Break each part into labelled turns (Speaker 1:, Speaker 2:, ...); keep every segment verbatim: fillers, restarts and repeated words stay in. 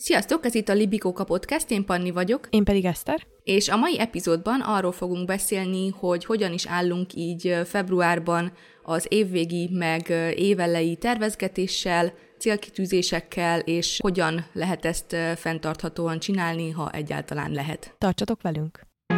Speaker 1: Sziasztok, ez itt a Libikóka Podcast, én Panni vagyok.
Speaker 2: Én pedig Eszter.
Speaker 1: És a mai epizódban arról fogunk beszélni, hogy hogyan is állunk így februárban az évvégi meg évelei tervezgetéssel, célkitűzésekkel, és hogyan lehet ezt fenntarthatóan csinálni, ha egyáltalán lehet.
Speaker 2: Tartsatok velünk!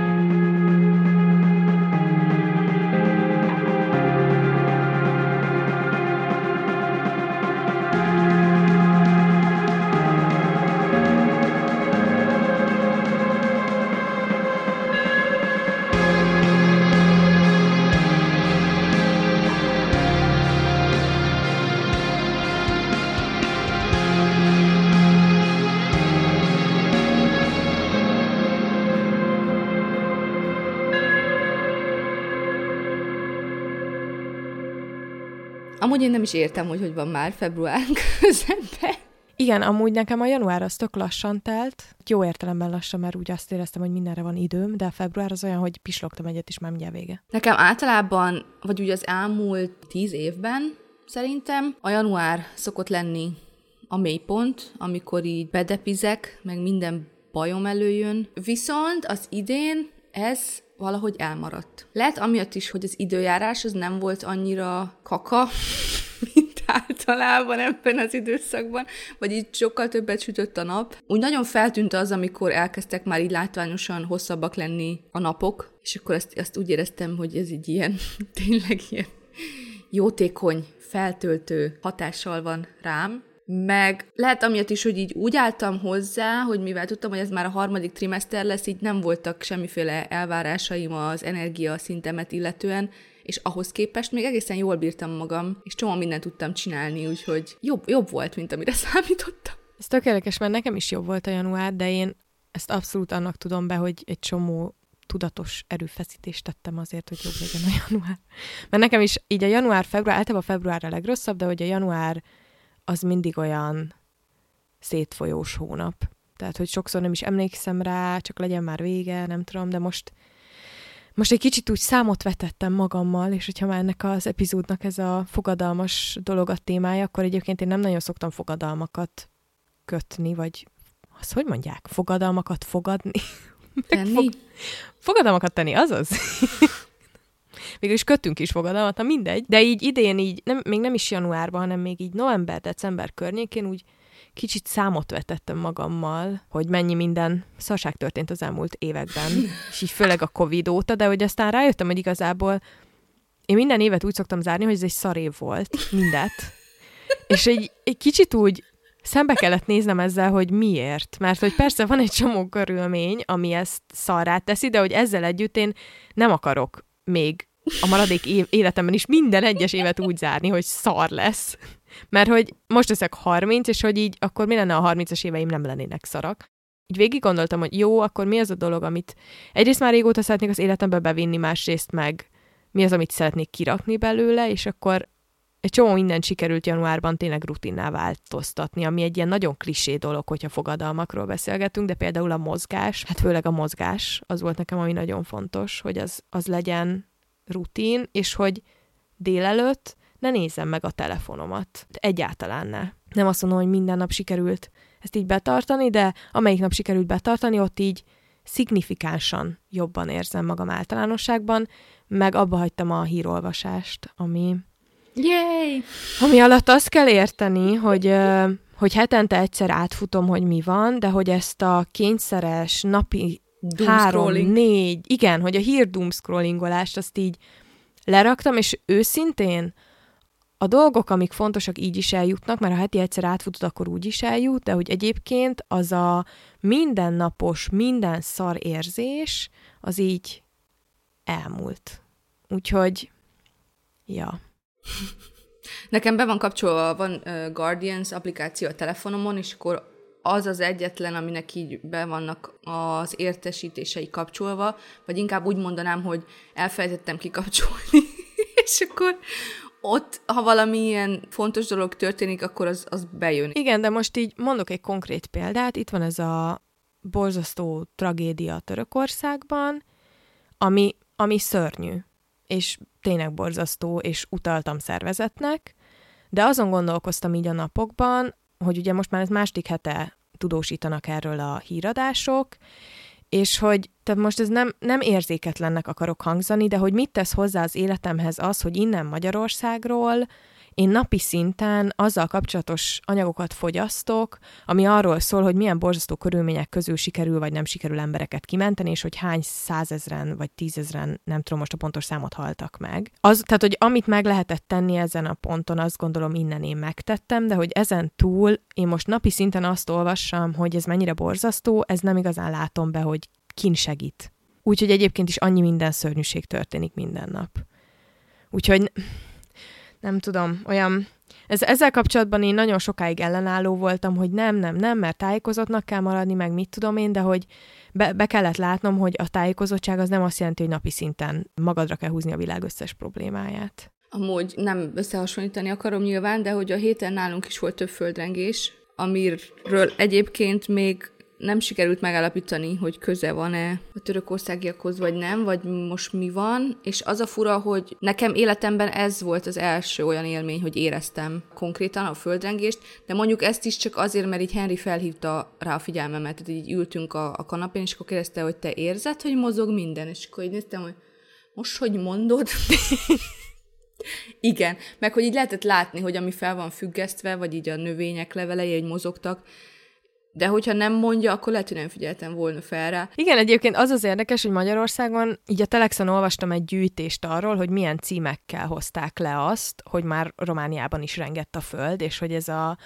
Speaker 1: Amúgy én nem is értem, hogy hogy van már február közepén.
Speaker 2: Igen, amúgy nekem a január az tök lassan telt. Jó értelemben lassan, mert úgy azt éreztem, hogy mindenre van időm, de a február az olyan, hogy pislogtam egyet, és már mindjárt vége.
Speaker 1: Nekem általában, vagy úgy az elmúlt tíz évben szerintem a január szokott lenni a mélypont, amikor így bedepizek, meg minden bajom előjön. Viszont az idén ez valahogy elmaradt. Lehet amiatt is, hogy az időjárás az nem volt annyira kaka, mint általában ebben az időszakban, vagy így sokkal többet sütött a nap. Úgy nagyon feltűnt az, amikor elkezdtek már így látványosan hosszabbak lenni a napok, és akkor azt, azt úgy éreztem, hogy ez így ilyen, tényleg ilyen jótékony, feltöltő hatással van rám. Meg lehet amiatt is, hogy így úgy álltam hozzá, hogy mivel tudtam, hogy ez már a harmadik trimester lesz, így nem voltak semmiféle elvárásaim az energia szintemet illetően, és ahhoz képest még egészen jól bírtam magam, és csomó mindent tudtam csinálni, úgyhogy jobb, jobb volt, mint amire számítottam.
Speaker 2: Ez tökéletes, mert nekem is jobb volt a január, de én ezt abszolút annak tudom be, hogy egy csomó tudatos erőfeszítést tettem azért, hogy jobb legyen a január. Mert nekem is így a január-február, általában a február a legrosszabb, de hogy a január az mindig olyan szétfolyós hónap. Tehát, hogy sokszor nem is emlékszem rá, csak legyen már vége, nem tudom, de most, most egy kicsit úgy számot vetettem magammal, és hogyha már ennek az epizódnak ez a fogadalmas dolog a témája, akkor egyébként én nem nagyon szoktam fogadalmakat kötni, vagy azt hogy mondják? Fogadalmakat fogadni?
Speaker 1: Tenni?
Speaker 2: Fog, fogadalmakat tenni, azaz? Végül is kötünk is fogadalmat, na mindegy. De így idén így, nem, még nem is januárban, hanem még így november-december környékén úgy kicsit számot vetettem magammal, hogy mennyi minden szarság történt az elmúlt években, és így főleg a Covid óta, de hogy aztán rájöttem, hogy igazából én minden évet úgy szoktam zárni, hogy ez egy szar év volt, mindet. És egy, egy kicsit úgy szembe kellett néznem ezzel, hogy miért. Mert hogy persze van egy csomó körülmény, ami ezt szarrá teszi, de hogy ezzel együtt én nem akarok még a maradék év, életemben is minden egyes évet úgy zárni, hogy szar lesz. Mert hogy most leszek harminc, és hogy így akkor mi lenne a harmincas éveim nem lennének szarak. Így végig gondoltam, hogy jó, akkor mi az a dolog, amit egyrészt már régóta szeretnék az életembe bevinni, másrészt meg mi az, amit szeretnék kirakni belőle, és akkor egy csomó mindent sikerült januárban tényleg rutinná változtatni, ami egy ilyen nagyon klisé dolog, hogyha fogadalmakról beszélgetünk, de például a mozgás, hát főleg a mozgás, az volt nekem, ami nagyon fontos, hogy az, az legyen rutin, és hogy délelőtt ne nézzem meg a telefonomat. Egyáltalán ne. Nem azt mondom, hogy minden nap sikerült ezt így betartani, de amelyik nap sikerült betartani, ott így szignifikánsan jobban érzem magam általánosságban, meg abba hagytam a hírolvasást, ami...
Speaker 1: Yay!
Speaker 2: Ami alatt azt kell érteni, hogy, hogy hetente egyszer átfutom, hogy mi van, de hogy ezt a kényszeres napi három, négy, igen, hogy a hír doomscrollingolást azt így leraktam, és őszintén a dolgok, amik fontosak, így is eljutnak, mert ha heti egyszer átfutod, akkor úgy is eljut, de hogy egyébként az a mindennapos, minden szar érzés, az így elmúlt. Úgyhogy, ja.
Speaker 1: Nekem be van kapcsolva, van uh, Guardians applikáció a telefonomon, és akkor az az egyetlen, aminek így be vannak az értesítései kapcsolva, vagy inkább úgy mondanám, hogy elfelejtettem kikapcsolni, és akkor ott, ha valami ilyen fontos dolog történik, akkor az, az bejön.
Speaker 2: Igen, de most így mondok egy konkrét példát. Itt van ez a borzasztó tragédia Törökországban, ami, ami szörnyű, és tényleg borzasztó, és utaltam szervezetnek, de azon gondolkoztam így a napokban, hogy ugye most már ez második hete tudósítanak erről a híradások, és hogy tehát most ez nem, nem érzéketlennek akarok hangzani, de hogy mit tesz hozzá az életemhez az, hogy innen Magyarországról én napi szinten azzal kapcsolatos anyagokat fogyasztok, ami arról szól, hogy milyen borzasztó körülmények közül sikerül vagy nem sikerül embereket kimenteni, és hogy hány százezren vagy tízezren, nem tudom most a pontos számot haltak meg. Az, tehát, hogy amit meg lehetett tenni ezen a ponton, azt gondolom innen én megtettem, de hogy ezen túl én most napi szinten azt olvassam, hogy ez mennyire borzasztó, ez nem igazán látom be, hogy kin segít. Úgyhogy egyébként is annyi minden szörnyűség történik minden nap. Úgyhogy nem tudom, olyan... Ez, ezzel kapcsolatban én nagyon sokáig ellenálló voltam, hogy nem, nem, nem, mert tájékozottnak kell maradni, meg mit tudom én, de hogy be, be kellett látnom, hogy a tájékozottság az nem azt jelenti, hogy napi szinten magadra kell húzni a világ összes problémáját.
Speaker 1: Amúgy nem összehasonlítani akarom nyilván, de hogy a héten nálunk is volt több földrengés, amiről egyébként még nem sikerült megállapítani, hogy köze van-e a törökországiakhoz, vagy nem, vagy most mi van, és az a fura, hogy nekem életemben ez volt az első olyan élmény, hogy éreztem konkrétan a földrengést, de mondjuk ezt is csak azért, mert így Henry felhívta rá a figyelmemet, tehát így ültünk a, a kanapén, és akkor kérdezte, hogy te érzed, hogy mozog minden, és akkor így néztem, hogy most, hogy mondod? Igen, meg hogy így lehetett látni, hogy ami fel van függesztve, vagy így a növények levelei, hogy mozogtak, de hogyha nem mondja, akkor lehet, hogy nem figyeltem volna fel rá.
Speaker 2: Igen, egyébként az az érdekes, hogy Magyarországon, így a Telexon olvastam egy gyűjtést arról, hogy milyen címekkel hozták le azt, hogy már Romániában is rengett a föld, és hogy ez a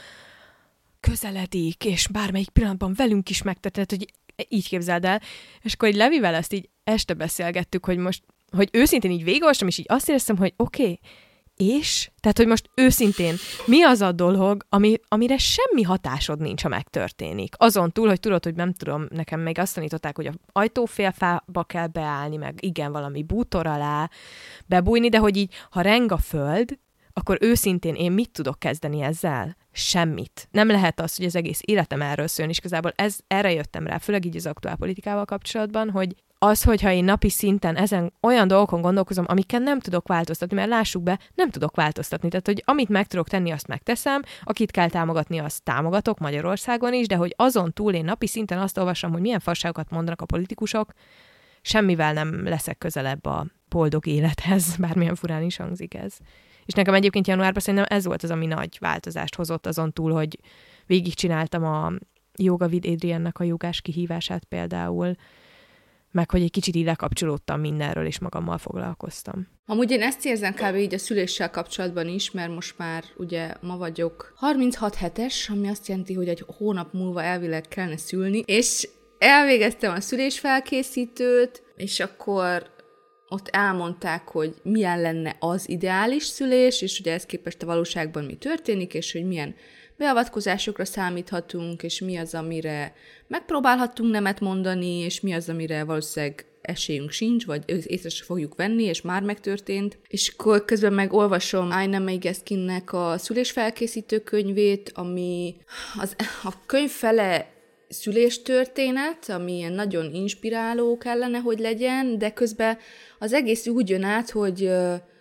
Speaker 2: közeledik, és bármelyik pillanatban velünk is megtörtént, hogy így képzeld el. És akkor így Levivel ezt így este beszélgettük, hogy most, hogy őszintén így végigolvastam, és így azt éreztem, hogy oké, okay, és? Tehát, hogy most őszintén, mi az a dolog, ami, amire semmi hatásod nincs, ha megtörténik? Azon túl, hogy tudod, hogy nem tudom, nekem még azt tanították, hogy a ajtófélfába kell beállni, meg igen, valami bútor alá bebújni, de hogy így, ha reng a föld, akkor őszintén én mit tudok kezdeni ezzel? Semmit. Nem lehet az, hogy az egész életem erről szóljon, és igazából ez, erre jöttem rá, főleg így az aktuálpolitikával kapcsolatban, hogy az, hogyha én napi szinten ezen olyan dolgokon gondolkozom, amikkel nem tudok változtatni, mert lássuk be, nem tudok változtatni. Tehát, hogy amit meg tudok tenni, azt megteszem, akit kell támogatni, azt támogatok Magyarországon is, de hogy azon túl én napi szinten azt olvasom, hogy milyen fasságokat mondanak a politikusok, semmivel nem leszek közelebb a boldog élethez, bármilyen furán is hangzik ez. És nekem egyébként januárban szerintem ez volt az, ami nagy változást hozott azon túl, hogy végigcsináltam a Yoga with Adriennek a jogás kihívását például, meg hogy egy kicsit így lekapcsolódtam mindenről, és magammal foglalkoztam.
Speaker 1: Amúgy én ezt érzem kb. Így a szüléssel kapcsolatban is, mert most már ugye ma vagyok harminchat hetes, ami azt jelenti, hogy egy hónap múlva elvileg kellene szülni, és elvégeztem a szülésfelkészítőt, és akkor ott elmondták, hogy milyen lenne az ideális szülés, és ugye ezt képest a valóságban mi történik, és hogy milyen beavatkozásokra számíthatunk, és mi az, amire megpróbálhatunk nemet mondani, és mi az, amire valószínűleg esélyünk sincs, vagy észre se fogjuk venni, és már megtörtént. És akkor közben meg olvasom Aina May Gaskinnek a szülésfelkészítő könyvét, ami az, a könyv fele szüléstörténet, ami ilyen nagyon inspiráló kellene, hogy legyen, de közben az egész úgy jön át, hogy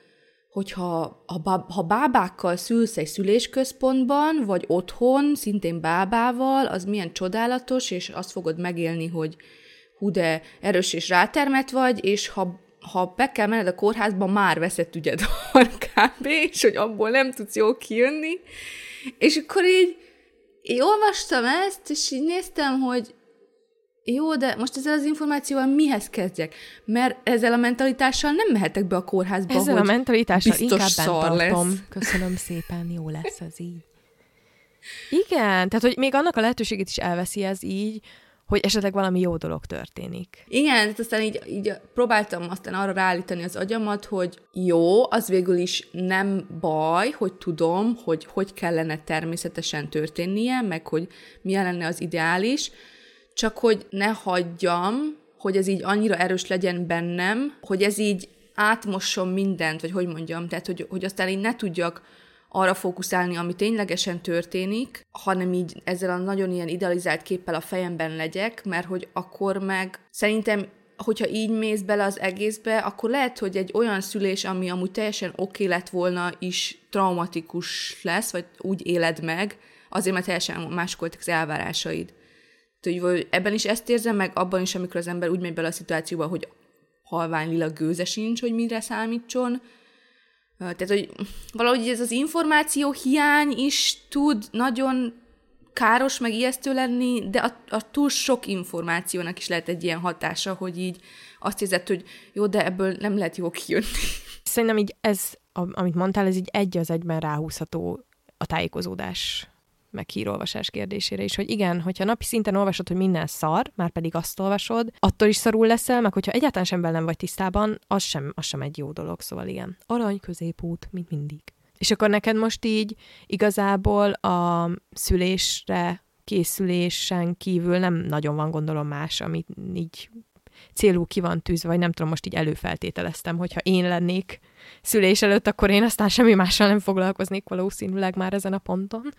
Speaker 1: hogyha ha, ha bábákkal szülsz egy szülésközpontban, vagy otthon, szintén bábával, az milyen csodálatos, és azt fogod megélni, hogy hú, de erős és rátermett vagy, és ha, ha be kell menned a kórházba, már veszett ügyed van kb., és hogy abból nem tudsz jól kijönni. És akkor így én olvastam ezt, és így néztem, hogy jó, de most ezzel az információval mihez kezdjek? Mert ezzel a mentalitással nem mehetek be a kórházba,
Speaker 2: ezzel
Speaker 1: hogy
Speaker 2: a mentalitással
Speaker 1: biztos
Speaker 2: inkább
Speaker 1: szar
Speaker 2: bent tartom.
Speaker 1: lesz.
Speaker 2: Köszönöm szépen, jó lesz ez így. Igen, tehát hogy még annak a lehetőségét is elveszi ez így, hogy esetleg valami jó dolog történik.
Speaker 1: Igen, tehát aztán így, így próbáltam aztán arra ráállítani az agyamat, hogy jó, az végül is nem baj, hogy tudom, hogy hogy kellene természetesen történnie, meg hogy milyen lenne az ideális, csak hogy ne hagyjam, hogy ez így annyira erős legyen bennem, hogy ez így átmosson mindent, vagy hogy mondjam, tehát hogy, hogy aztán így ne tudjak arra fókuszálni, ami ténylegesen történik, hanem így ezzel a nagyon ilyen idealizált képpel a fejemben legyek, mert hogy akkor meg szerintem, hogyha így mész bele az egészbe, akkor lehet, hogy egy olyan szülés, ami amúgy teljesen oké lett volna, is traumatikus lesz, vagy úgy éled meg, azért, mert teljesen mások voltak az elvárásaid. hogy ebben is ezt érzem, meg abban is, amikor az ember úgy megy bele a szituációba, hogy halvány lila gőze sincs, hogy mire számítson. Tehát, hogy valahogy ez az információ hiány is tud nagyon káros, meg ijesztő lenni, de a, a túl sok információnak is lehet egy ilyen hatása, hogy így azt érzed, hogy jó, de ebből nem lehet jól kijönni.
Speaker 2: Szerintem így ez, amit mondtál, ez így egy az egyben ráhúzható a tájékozódás meg hírolvasás kérdésére is, hogy igen, hogyha napi szinten olvasod, hogy minden szar, már pedig azt olvasod, attól is szarul leszel, meg hogyha egyáltalán semben nem vagy tisztában, az sem, az sem egy jó dolog, szóval igen. Arany középút, mint mindig. És akkor neked most így igazából a szülésre készülésen kívül nem nagyon van, gondolom, más, amit így célul ki van tűzve, vagy nem tudom, most így előfeltételeztem, hogyha én lennék szülés előtt, akkor én aztán semmi mással nem foglalkoznék valószínűleg már ezen a ponton.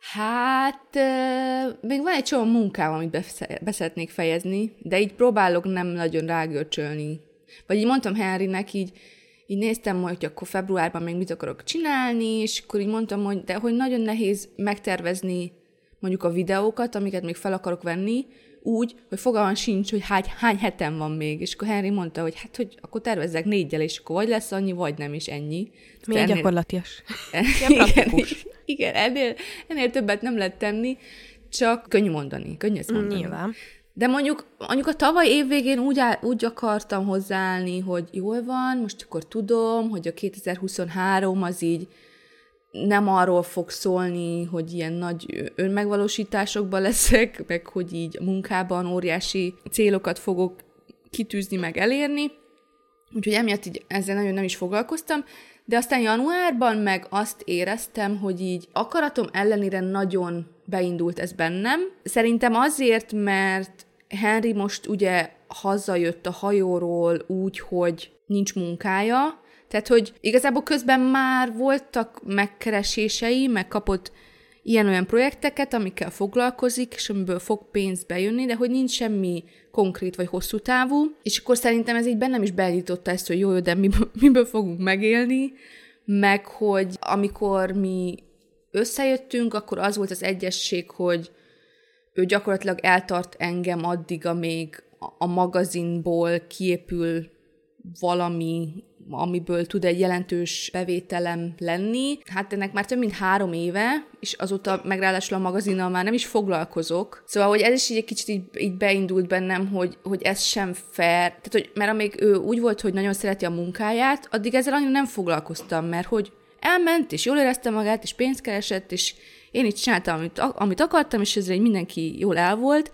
Speaker 1: Hát, még van egy csomó munkám, amit be szeretnék fejezni, de így próbálok nem nagyon rágörcsölni. Vagy így mondtam Henrynek, így, így néztem, hogy akkor februárban még mit akarok csinálni, és akkor így mondtam, hogy, de hogy nagyon nehéz megtervezni mondjuk a videókat, amiket még fel akarok venni, úgy, hogy fogalmam sincs, hogy hány, hány hetem van még. És akkor Henry mondta, hogy hát, hogy akkor tervezzek négyel, és akkor vagy lesz annyi, vagy nem, és ennyi.
Speaker 2: Milyen ennél... gyakorlatias.
Speaker 1: igen, igen ennél, ennél többet nem lehet tenni, csak könnyű mondani, könnyű ezt mondani.
Speaker 2: Nyilván.
Speaker 1: De mondjuk, mondjuk a tavaly évvégén úgy, áll, úgy akartam hozzáállni, hogy jól van, most akkor tudom, hogy a kétezer-huszonhárom az így nem arról fog szólni, hogy ilyen nagy önmegvalósításokban leszek, meg hogy így munkában óriási célokat fogok kitűzni, meg elérni. Úgyhogy emiatt így ezzel nagyon nem is foglalkoztam, de aztán januárban meg azt éreztem, hogy így akaratom ellenére nagyon beindult ez bennem. Szerintem azért, mert Henry most ugye hazajött a hajóról úgy, hogy nincs munkája, tehát, hogy igazából közben már voltak megkeresései, meg kapott ilyen-olyan projekteket, amikkel foglalkozik, és amiből fog pénz bejönni, de hogy nincs semmi konkrét vagy hosszú távú, és akkor szerintem ez így bennem is beállította ezt, hogy jó, jó, de miből, miből fogunk megélni, meg hogy amikor mi összejöttünk, akkor az volt az egyesség, hogy ő gyakorlatilag eltart engem addig, amíg a magazinból kiépül valami, amiből tud egy jelentős bevételem lenni. Hát ennek már több mint három éve, és azóta meg ráadásul a magazinnal már nem is foglalkozok. Szóval, hogy ez is így egy kicsit így, így beindult bennem, hogy, hogy ez sem fair. Tehát, hogy, mert amíg ő úgy volt, hogy nagyon szereti a munkáját, addig ezzel annyira nem foglalkoztam, mert hogy elment, és jól érezte magát, és pénzt keresett, és én így csináltam, amit, amit akartam, és ezzel mindenki jól el volt.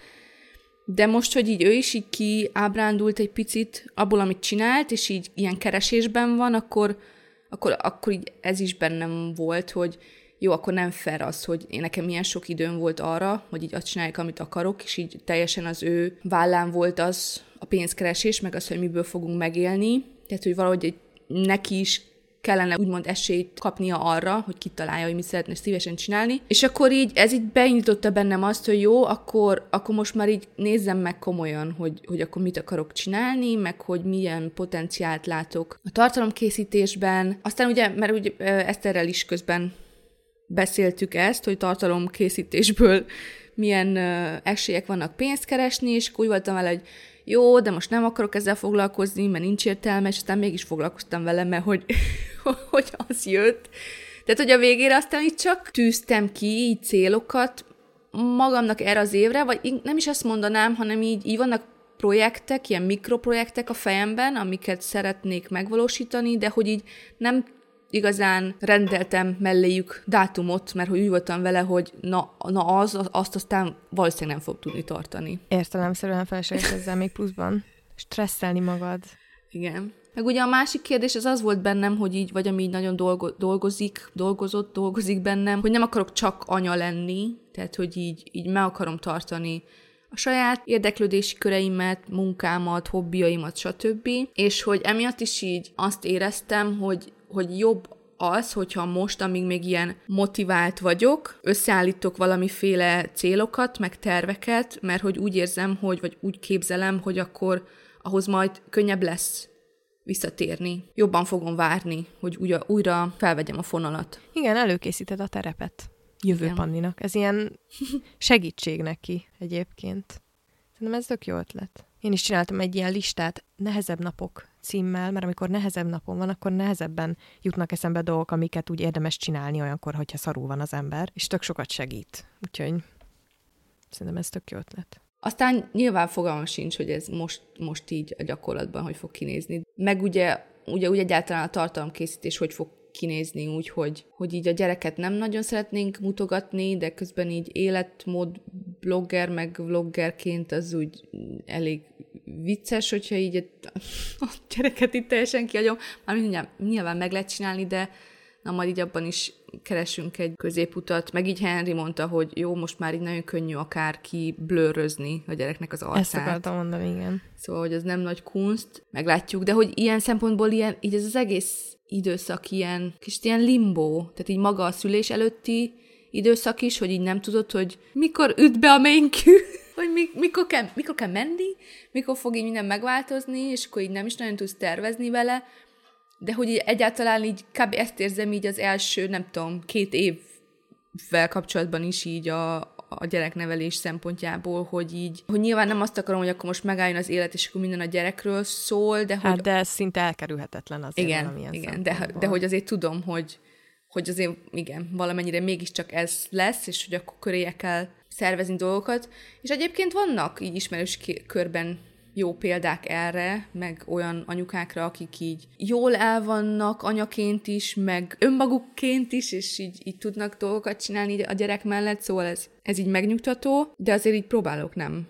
Speaker 1: De most, hogy így ő is így kiábrándult egy picit abból, amit csinált, és így ilyen keresésben van, akkor, akkor, akkor így ez is bennem volt, hogy jó, akkor nem fair az, hogy én nekem milyen sok időm volt arra, hogy így azt csinálják, amit akarok, és így teljesen az ő vállán volt az a pénzkeresés, meg az, hogy miből fogunk megélni. Tehát, hogy valahogy neki is kellene úgymond esélyt kapnia arra, hogy kitalálja, hogy mit szeretne szívesen csinálni. És akkor így, ez így beindította bennem azt, hogy jó, akkor, akkor most már így nézzem meg komolyan, hogy, hogy akkor mit akarok csinálni, meg hogy milyen potenciált látok a tartalomkészítésben. Aztán ugye, mert ugye Eszterrel is közben beszéltük ezt, hogy tartalomkészítésből milyen esélyek vannak pénzt keresni, és akkor úgy voltam vele, hogy jó, de most nem akarok ezzel foglalkozni, mert nincs értelme, és aztán mégis foglalkoztam vele, mert hogy, hogy az jött. Tehát, hogy a végére aztán így csak tűztem ki így célokat magamnak erre az évre, vagy nem is azt mondanám, hanem így, így vannak projektek, ilyen mikroprojektek a fejemben, amiket szeretnék megvalósítani, de hogy így nem igazán rendeltem melléjük dátumot, mert hogy úgy voltam vele, hogy na, na az, azt aztán valószínűleg nem fog tudni tartani.
Speaker 2: Értelemszerűen felesleges ezzel még pluszban stresszelni magad.
Speaker 1: Igen. Meg ugye a másik kérdés az az volt bennem, hogy így, vagy ami így nagyon dolgo- dolgozik, dolgozott, dolgozik bennem, hogy nem akarok csak anya lenni, tehát hogy így, így meg akarom tartani a saját érdeklődési köreimet, munkámat, hobbiaimat, stb. És hogy emiatt is így azt éreztem, hogy hogy jobb az, hogyha most, amíg még ilyen motivált vagyok, összeállítok valamiféle célokat, meg terveket, mert hogy úgy érzem, hogy, vagy úgy képzelem, hogy akkor ahhoz majd könnyebb lesz visszatérni. Jobban fogom várni, hogy újra, újra felvegyem a fonalat.
Speaker 2: Igen, előkészíted a terepet jövő Panninak. Ez ilyen segítség neki egyébként. Szerintem ez tök jó ötlet. Én is csináltam egy ilyen listát nehezebb napok címmel, mert amikor nehezebb napon van, akkor nehezebben jutnak eszembe dolgok, amiket úgy érdemes csinálni olyankor, hogyha szarul van az ember, és tök sokat segít. Úgyhogy szerintem ez tök jó ötlet.
Speaker 1: Aztán nyilván fogalmam sincs, hogy ez most, most így a gyakorlatban hogy fog kinézni. Meg ugye, ugye úgy egyáltalán a tartalomkészítés hogy fog kinézni úgy, hogy, hogy így a gyereket nem nagyon szeretnénk mutogatni, de közben így életmód blogger, meg vloggerként az úgy elég vicces, hogyha így a, a gyereket itt teljesen kiadjom. Már nyilván meg lehet csinálni, de na majd így abban is keresünk egy középutat. Meg így Henry mondta, hogy jó, most már így nagyon könnyű akár kiblőrözni a gyereknek az arcát.
Speaker 2: Ezt akartam mondani, igen.
Speaker 1: Szóval, hogy az nem nagy kunst. Meglátjuk, de hogy ilyen szempontból ilyen, így ez az egész időszak ilyen, kicsit ilyen limbo. Tehát így maga a szülés előtti időszak is, hogy így nem tudod, hogy mikor üt be a main queue, hogy mi, mikor, kell, mikor kell menni, mikor fog így minden megváltozni, és akkor így nem is nagyon tudsz tervezni vele, de hogy így egyáltalán így kb. Ezt érzem így az első, nem tudom, két évvel kapcsolatban is így a, a gyereknevelés szempontjából, hogy így, hogy nyilván nem azt akarom, hogy akkor most megálljon az élet, és akkor minden a gyerekről szól, de hogy...
Speaker 2: Hát de ez szinte elkerülhetetlen azért
Speaker 1: igen,
Speaker 2: valamilyen
Speaker 1: igen, de, de hogy azért tudom, hogy, hogy azért igen, valamennyire mégiscsak ez lesz, és hogy akkor köréje kell szervezni dolgokat. És egyébként vannak így ismerős körben jó példák erre, meg olyan anyukákra, akik így jól el vannak anyaként is, meg önmagukként is, és így, így tudnak dolgokat csinálni a gyerek mellett, szóval ez, ez így megnyugtató, de azért így próbálok nem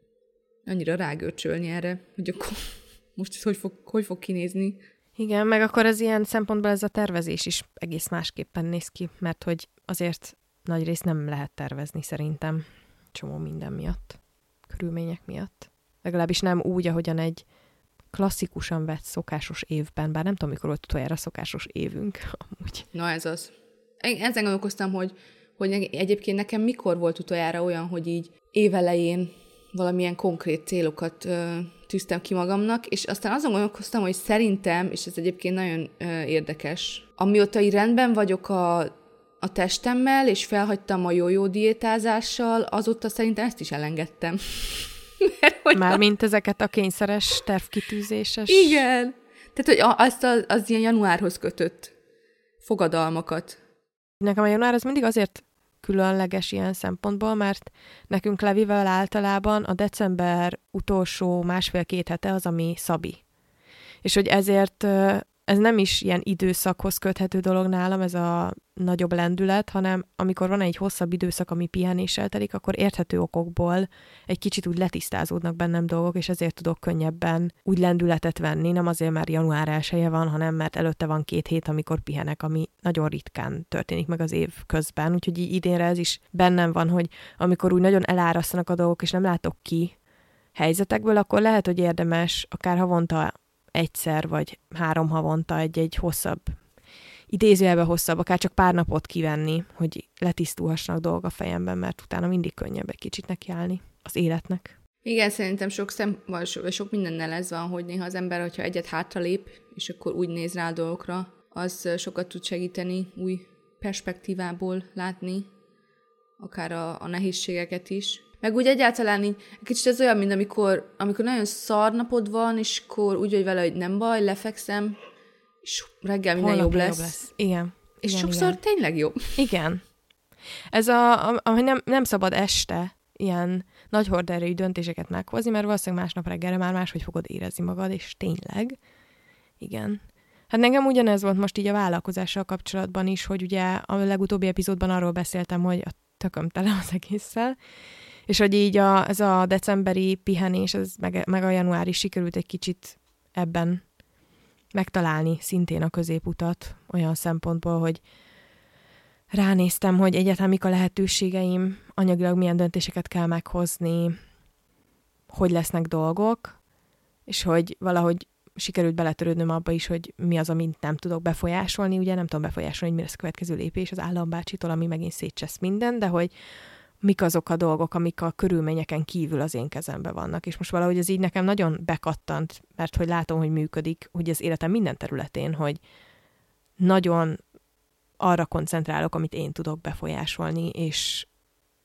Speaker 1: annyira rágörcsölni erre, hogy akkor most ez hogy fog, hogy fog kinézni.
Speaker 2: Igen, meg akkor az ilyen szempontból ez a tervezés is egész másképpen néz ki, mert hogy azért nagy rész nem lehet tervezni szerintem csomó minden miatt, körülmények miatt. Legalábbis nem úgy, ahogyan egy klasszikusan vett szokásos évben, bár nem tudom, mikor volt utoljára szokásos évünk amúgy.
Speaker 1: Na ez az. Ezen gondolkoztam, hogy, hogy egyébként nekem mikor volt utoljára olyan, hogy így évelején valamilyen konkrét célokat ö, tűztem ki magamnak, és aztán azon gondolkoztam, hogy szerintem, és ez egyébként nagyon ö, érdekes, amióta így rendben vagyok a, a testemmel, és felhagytam a jó-jó diétázással, azóta szerintem ezt is elengedtem.
Speaker 2: Mármint ezeket a kényszeres tervkitűzéses...
Speaker 1: Igen. Tehát, hogy azt az, az ilyen januárhoz kötött fogadalmakat.
Speaker 2: Nekem a január az mindig azért különleges ilyen szempontból, mert nekünk Levivel általában a december utolsó másfél-két hete az, ami szabi. És hogy ezért ez nem is ilyen időszakhoz köthető dolog nálam, ez a nagyobb lendület, hanem amikor van egy hosszabb időszak, ami pihenéssel telik, akkor érthető okokból egy kicsit úgy letisztázódnak bennem dolgok, és ezért tudok könnyebben úgy lendületet venni, nem azért, mert január elseje van, hanem mert előtte van két hét, amikor pihenek, ami nagyon ritkán történik meg az év közben, úgyhogy így idénre ez is bennem van, hogy amikor úgy nagyon elárasztanak a dolgok, és nem látok ki helyzetekből, akkor lehet, hogy érdemes akár havonta egyszer, vagy három havonta egy-egy hosszabb, idézőjelben hosszabb, akár csak pár napot kivenni, hogy letisztulhassanak dolgok a fejemben, mert utána mindig könnyebb egy kicsit nekiállni az életnek.
Speaker 1: Igen, szerintem sok, szem, vagy sok, sok mindennel ez van, hogy néha az ember, hogyha egyet hátralép, és akkor úgy néz rá a dolgokra, az sokat tud segíteni új perspektívából látni, akár a, a nehézségeket is. Meg úgy egyáltalán így, kicsit ez olyan, mint amikor, amikor nagyon szar napod van, és akkor úgy vagy vele, hogy nem baj, lefekszem, és reggel minden jobb lesz. jobb lesz.
Speaker 2: Igen.
Speaker 1: És
Speaker 2: igen,
Speaker 1: sokszor
Speaker 2: igen.
Speaker 1: tényleg jobb.
Speaker 2: Igen. Ez a, a, a nem, nem szabad este ilyen nagy horderejű döntéseket meghozni, mert valószínűleg másnap reggelre már máshogy fogod érezni magad, és tényleg. Igen. Hát nekem ugyanez volt most így a vállalkozással kapcsolatban is, hogy ugye a legutóbbi epizódban arról beszéltem, hogy a tököm tele az egésszel, és hogy így a, ez a decemberi pihenés, ez meg, meg a január is sikerült egy kicsit ebben megtalálni szintén a középutat, olyan szempontból, hogy ránéztem, hogy egyáltalán mik a lehetőségeim, anyagilag milyen döntéseket kell meghozni, hogy lesznek dolgok, és hogy valahogy sikerült beletörődnöm abba is, hogy mi az, amit nem tudok befolyásolni, ugye nem tudom befolyásolni, hogy mi lesz a következő lépés az állambácsitól, ami megint szétcsesz minden, de hogy mik azok a dolgok, amik a körülményeken kívül az én kezemben vannak. És most valahogy ez így nekem nagyon bekattant, mert hogy látom, hogy működik, hogy az életem minden területén, hogy nagyon arra koncentrálok, amit én tudok befolyásolni, és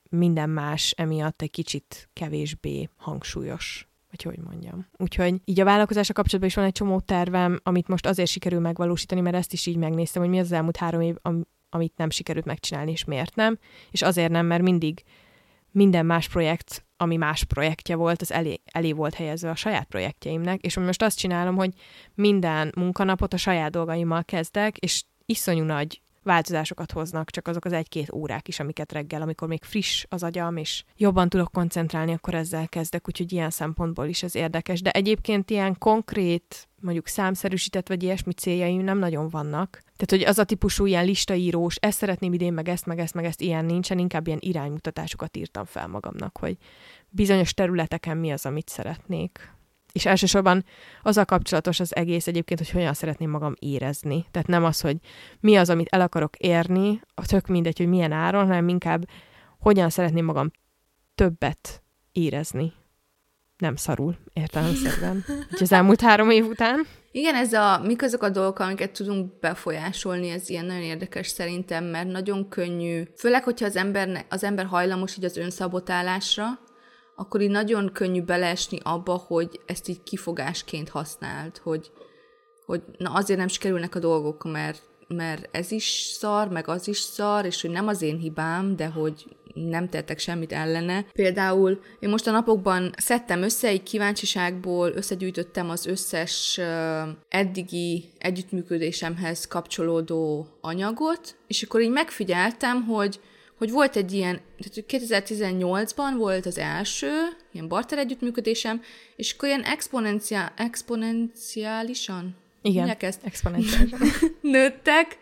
Speaker 2: minden más emiatt egy kicsit kevésbé hangsúlyos, vagy hogy mondjam. Úgyhogy így a vállalkozásra kapcsolatban is van egy csomó tervem, amit most azért sikerül megvalósítani, mert ezt is így megnéztem, hogy mi az, az elmúlt három év, am- amit nem sikerült megcsinálni, és miért nem. És azért nem, mert mindig minden más projekt, ami más projektje volt, az elé, elé volt helyezve a saját projektjeimnek, és most azt csinálom, hogy minden munkanapot a saját dolgaimmal kezdek, és iszonyú nagy változásokat hoznak, csak azok az egy-két órák is, amiket reggel, amikor még friss az agyam, és jobban tudok koncentrálni, akkor ezzel kezdek, úgyhogy ilyen szempontból is ez érdekes. De egyébként ilyen konkrét, mondjuk számszerűsített, vagy ilyesmi céljaim nem nagyon vannak. Tehát, hogy az a típusú ilyen listaírós, ezt szeretném idén, meg ezt, meg ezt, meg ezt, ilyen nincsen, inkább ilyen iránymutatásokat írtam fel magamnak, hogy bizonyos területeken mi az, amit szeretnék. És elsősorban azzal kapcsolatos az egész egyébként, hogy hogyan szeretném magam érezni. Tehát nem az, hogy mi az, amit el akarok érni, tök mindegy, hogy milyen áron, hanem inkább hogyan szeretném magam többet érezni. Nem szarul, értelemszerűen. Úgyhogy az elmúlt három év után.
Speaker 1: Igen, ez a, mik azok a dolgok, amiket tudunk befolyásolni, ez ilyen nagyon érdekes szerintem, mert nagyon könnyű, főleg, hogyha az ember, az ember hajlamos így az önszabotálásra, akkor így nagyon könnyű beleesni abba, hogy ezt így kifogásként használd, hogy, hogy na azért nem sikerülnek a dolgok, mert, mert ez is szar, meg az is szar, és hogy nem az én hibám, de hogy nem tettek semmit ellene. Például én most a napokban szedtem össze, egy kíváncsiságból összegyűjtöttem az összes uh, eddigi együttműködésemhez kapcsolódó anyagot, és akkor így megfigyeltem, hogy hogy volt egy ilyen, kétezer-tizennyolcban volt az első, ilyen barter együttműködésem, és akkor ilyen exponenciál, exponenciálisan?
Speaker 2: Igen, exponenciálisan.
Speaker 1: nőttek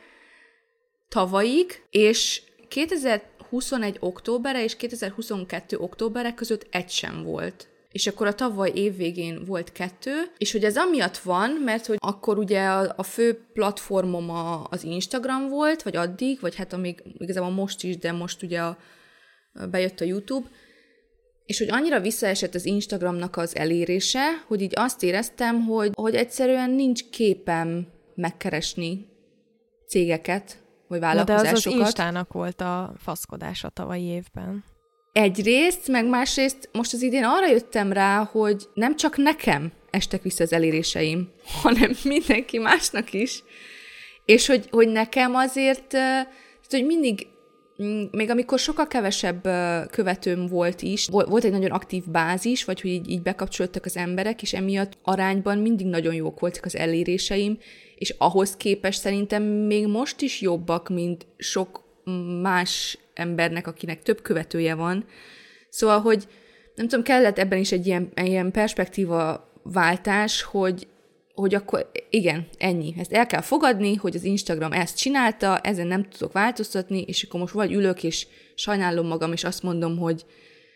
Speaker 1: tavalyig, és kétezer-huszonegy októberre és kétezer-huszonkettő októberre között egy sem volt. És akkor a tavaly év végén volt kettő, és hogy ez amiatt van, mert hogy akkor ugye a, a fő platformom a, az Instagram volt, vagy addig, vagy hát amíg igazából most is, de most ugye a, bejött a YouTube, és hogy annyira visszaesett az Instagramnak az elérése, hogy így azt éreztem, hogy, hogy egyszerűen nincs képem megkeresni cégeket, vagy vállalkozásokat.
Speaker 2: Na de az az Instának volt a faszkodása tavalyi évben.
Speaker 1: Egyrészt, meg másrészt most az idén arra jöttem rá, hogy nem csak nekem estek vissza az eléréseim, hanem mindenki másnak is. És hogy, hogy nekem azért, hogy mindig, még amikor sokkal kevesebb követőm volt is, volt egy nagyon aktív bázis, vagy hogy így, így bekapcsolódtak az emberek, és emiatt arányban mindig nagyon jók voltak az eléréseim, és ahhoz képest szerintem még most is jobbak, mint sok más embernek, akinek több követője van. Szóval, hogy nem tudom, kellett ebben is egy ilyen, ilyen perspektíva váltás, hogy, hogy akkor igen, ennyi. Ezt el kell fogadni, hogy az Instagram ezt csinálta, ezen nem tudok változtatni, és akkor most vagy ülök, és sajnálom magam, és azt mondom, hogy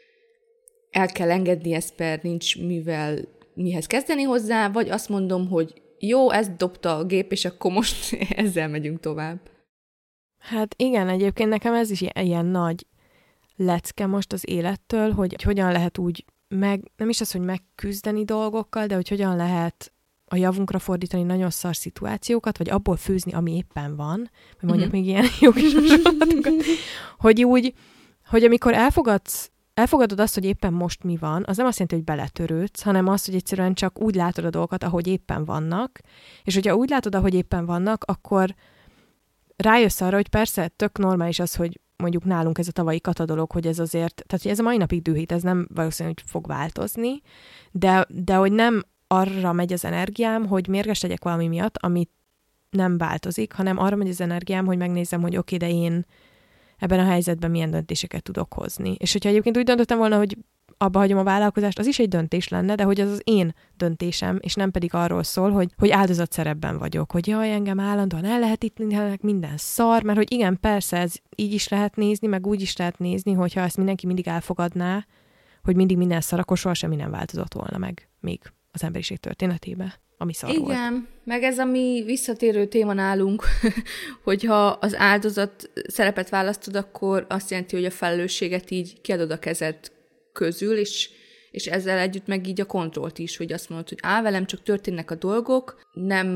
Speaker 1: el kell engedni ezt, per nincs mivel, mihez kezdeni hozzá, vagy azt mondom, hogy jó, ezt dobta a gép, és akkor most ezzel megyünk tovább.
Speaker 2: Hát igen, egyébként nekem ez is ilyen nagy lecke most az élettől, hogy hogyan lehet úgy meg, nem is az, hogy megküzdeni dolgokkal, de hogy hogyan lehet a javunkra fordítani nagyon szar szituációkat, vagy abból főzni, ami éppen van, vagy mondjak mm-hmm. még ilyen jó kis hasonlatokat, hogy úgy, hogy amikor elfogadsz, elfogadod azt, hogy éppen most mi van, az nem azt jelenti, hogy beletörődsz, hanem az, hogy egyszerűen csak úgy látod a dolgokat, ahogy éppen vannak, és hogyha úgy látod, ahogy éppen vannak, akkor rájössz arra, hogy persze tök normális az, hogy mondjuk nálunk ez a tavalyi kata dolog, hogy ez azért, tehát hogy ez a mai napig dühít, ez nem valószínű, hogy fog változni, de, de hogy nem arra megy az energiám, hogy mérges legyek valami miatt, amit nem változik, hanem arra megy az energiám, hogy megnézem, hogy oké, okay, de én ebben a helyzetben milyen döntéseket tudok hozni. És hogyha egyébként úgy döntöttem volna, hogy abba hagyom a vállalkozást, az is egy döntés lenne, de hogy az az én döntésem, és nem pedig arról szól, hogy, hogy áldozatszerepben vagyok, hogy jaj, engem állandóan el lehet itt minden szar, mert hogy igen, persze, ez így is lehet nézni, meg úgy is lehet nézni, hogyha ezt mindenki mindig elfogadná, hogy mindig minden szar, akkor soha semmi nem változott volna meg még az emberiség történetébe, ami szar volt.
Speaker 1: Igen, meg ez a mi visszatérő téma nálunk, hogyha az áldozat szerepet választod, akkor azt jelenti, hogy a felelősséget így kiadod a kezed közül, és, és ezzel együtt meg így a kontrollt is, hogy azt mondod, hogy á, velem csak történnek a dolgok, nem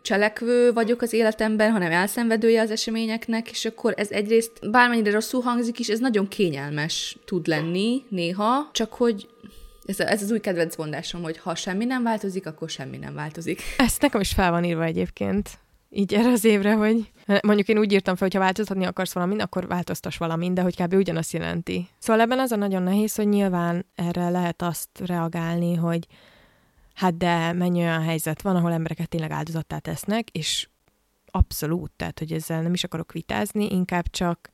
Speaker 1: cselekvő vagyok az életemben, hanem elszenvedője az eseményeknek, és akkor ez egyrészt bármennyire rosszul hangzik is, ez nagyon kényelmes tud lenni néha, csak hogy ez, a, ez az új kedvenc mondásom, hogy ha semmi nem változik, akkor semmi nem változik.
Speaker 2: Ezt nekem is fel van írva egyébként. Így erre az évre, hogy mondjuk én úgy írtam fel, hogy ha változtatni akarsz valamin, akkor változtass valamin, de hogy kb. Ugyanazt jelenti. Szóval ebben az a nagyon nehéz, hogy nyilván erre lehet azt reagálni, hogy hát de mennyi olyan helyzet van, ahol embereket tényleg áldozattá tesznek, és abszolút, tehát hogy ezzel nem is akarok vitázni, inkább csak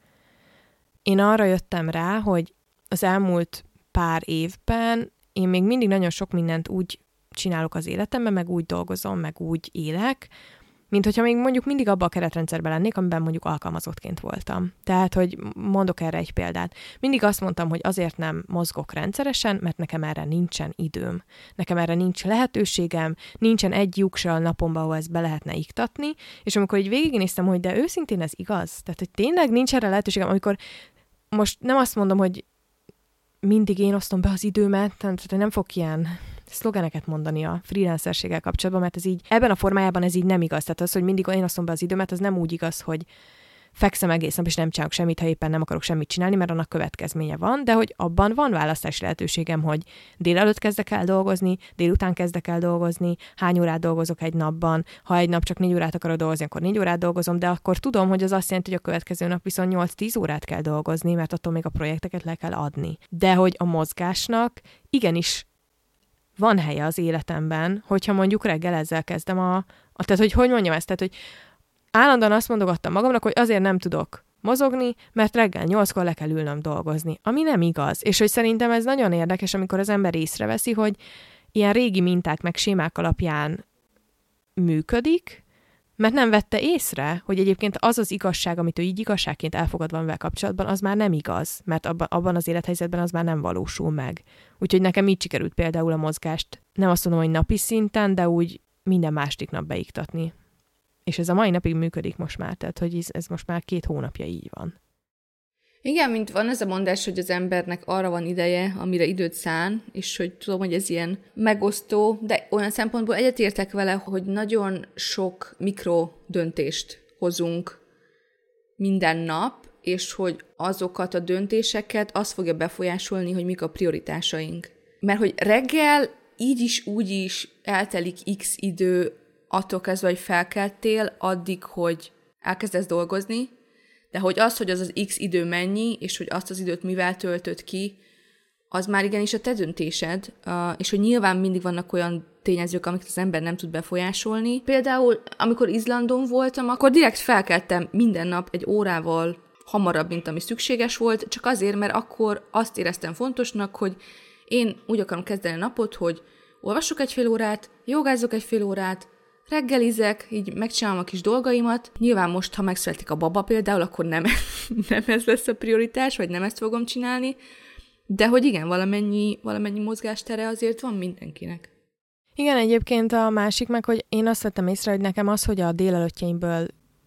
Speaker 2: én arra jöttem rá, hogy az elmúlt pár évben én még mindig nagyon sok mindent úgy csinálok az életemben, meg úgy dolgozom, meg úgy élek, mint hogyha még mondjuk mindig abba a keretrendszerben lennék, amiben mondjuk alkalmazottként voltam. Tehát, hogy mondok erre egy példát. Mindig azt mondtam, hogy azért nem mozgok rendszeresen, mert nekem erre nincsen időm. Nekem erre nincs lehetőségem, nincsen egy lyuk se a napomban, ahol ezt be lehetne iktatni, és amikor így végignéztem, hogy de őszintén ez igaz, tehát, hogy tényleg nincs erre lehetőségem, amikor most nem azt mondom, hogy mindig én osztom be az időmet, tehát nem fogok ilyen szlogeneket mondani a freelancerséggel kapcsolatban, mert ez így, ebben a formájában ez így nem igaz. Tehát az, hogy mindig én osztom be az időmet, az nem úgy igaz, hogy fekszem egész nap, és nem csinálok semmit, ha éppen nem akarok semmit csinálni, mert annak következménye van, de hogy abban van választási lehetőségem, hogy délelőtt kezdek el dolgozni, délután kezdek el dolgozni, hány órát dolgozok egy napban, ha egy nap csak négy órát akarok dolgozni, akkor négy órát dolgozom, de akkor tudom, hogy az azt jelenti, hogy a következő nap viszont nyolc-tíz órát kell dolgozni, mert attól még a projekteket le kell adni. De hogy a mozgásnak igenis van helye az életemben, hogyha mondjuk reggel ezzel kezdem a, a tehát hogy hogy mondjam ezt, tehát hogy állandóan azt mondogattam magamnak, hogy azért nem tudok mozogni, mert reggel nyolckor le kell ülnöm dolgozni, ami nem igaz. És hogy szerintem ez nagyon érdekes, amikor az ember észreveszi, hogy ilyen régi minták meg sémák alapján működik, mert nem vette észre, hogy egyébként az az igazság, amit ő így igazságként elfogad van vele kapcsolatban, az már nem igaz, mert abban, abban az élethelyzetben az már nem valósul meg. Úgyhogy nekem így sikerült például a mozgást, nem azt mondom, hogy napi szinten, de úgy minden második nap beiktatni. És ez a mai napig működik most már, tehát hogy ez, ez most már két hónapja így van.
Speaker 1: Igen, mint van ez a mondás, hogy az embernek arra van ideje, amire időt szán, és hogy tudom, hogy ez ilyen megosztó, de olyan szempontból egyetértek vele, hogy nagyon sok mikro döntést hozunk minden nap, és hogy azokat a döntéseket az fogja befolyásolni, hogy mik a prioritásaink. Mert hogy reggel így is, úgy is eltelik x idő attól kezdve, hogy felkeltél, addig, hogy elkezdesz dolgozni, de hogy az, hogy az az x idő mennyi, és hogy azt az időt mivel töltöd ki, az már igenis a te döntésed, és hogy nyilván mindig vannak olyan tényezők, amiket az ember nem tud befolyásolni. Például, amikor Izlandon voltam, akkor direkt felkeltem minden nap egy órával hamarabb, mint ami szükséges volt, csak azért, mert akkor azt éreztem fontosnak, hogy én úgy akarom kezdeni a napot, hogy olvassok egy fél órát, jogázok egy fél órát, reggelizek, így megcsinálom a kis dolgaimat. Nyilván most, ha megszületik a baba például, akkor nem, nem ez lesz a prioritás, vagy nem ezt fogom csinálni, de hogy igen, valamennyi, valamennyi mozgástere azért van mindenkinek.
Speaker 2: Igen, egyébként a másik meg, hogy én azt vettem észre, hogy nekem az, hogy a délelőttjeimből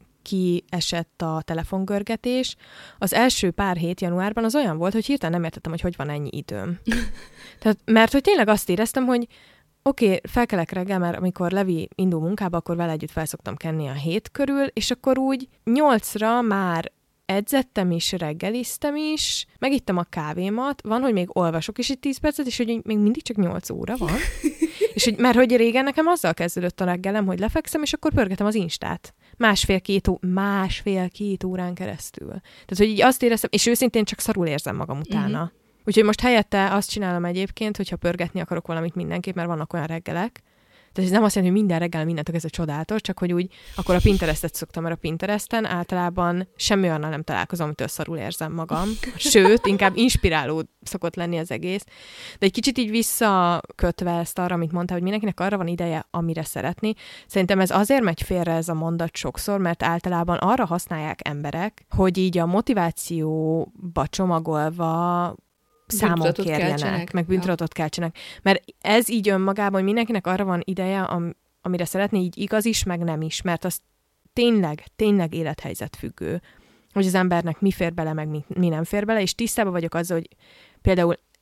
Speaker 2: kiesett a telefongörgetés, az első pár hét januárban az olyan volt, hogy hirtelen nem értettem, hogy hogy van ennyi időm. Tehát, mert hogy tényleg azt éreztem, hogy oké, okay, felkelek reggel, mert amikor Levi indul munkába, akkor vele együtt felszoktam kenni a hét körül, és akkor úgy nyolcra már edzettem is, reggeliztem is, megittem a kávémat, van, hogy még olvasok is egy tíz percet, és hogy még mindig csak nyolc óra van. És hogy, mert hogy régen nekem azzal kezdődött a reggelem, hogy lefekszem, és akkor pörgetem az Instát. Másfél-két, ó- másfél-két órán keresztül. Tehát, hogy így azt éreztem, és őszintén csak szarul érzem magam utána. Uh-huh. Úgyhogy most helyette azt csinálom egyébként, hogyha pörgetni akarok valamit mindenképp, mert vannak olyan reggelek. Tehát ez nem azt jelenti, hogy minden reggel mindentől ez a csodálatos, csak hogy úgy, akkor a Pinterestet szoktam, mert a Pinteresten általában semmi olyannal nem találkozom, amitől szarul érzem magam. Sőt, inkább inspiráló szokott lenni az egész. De egy kicsit így visszakötve ezt arra, amit mondtál, hogy mindenkinek arra van ideje, amire szeretni. Szerintem ez azért megy félre ez a mondat sokszor, mert általában arra használják emberek, hogy így a motivációba csomagolva számon kérjenek, keltsenek. meg bűntudatot ja. keltsenek. Mert ez így önmagában, hogy mindenkinek arra van ideje, am- amire szeretné, így igaz is, meg nem is, mert az tényleg, tényleg élethelyzet függő, hogy az embernek mi fér bele, meg mi, mi nem fér bele, és tisztában vagyok azzal, hogy például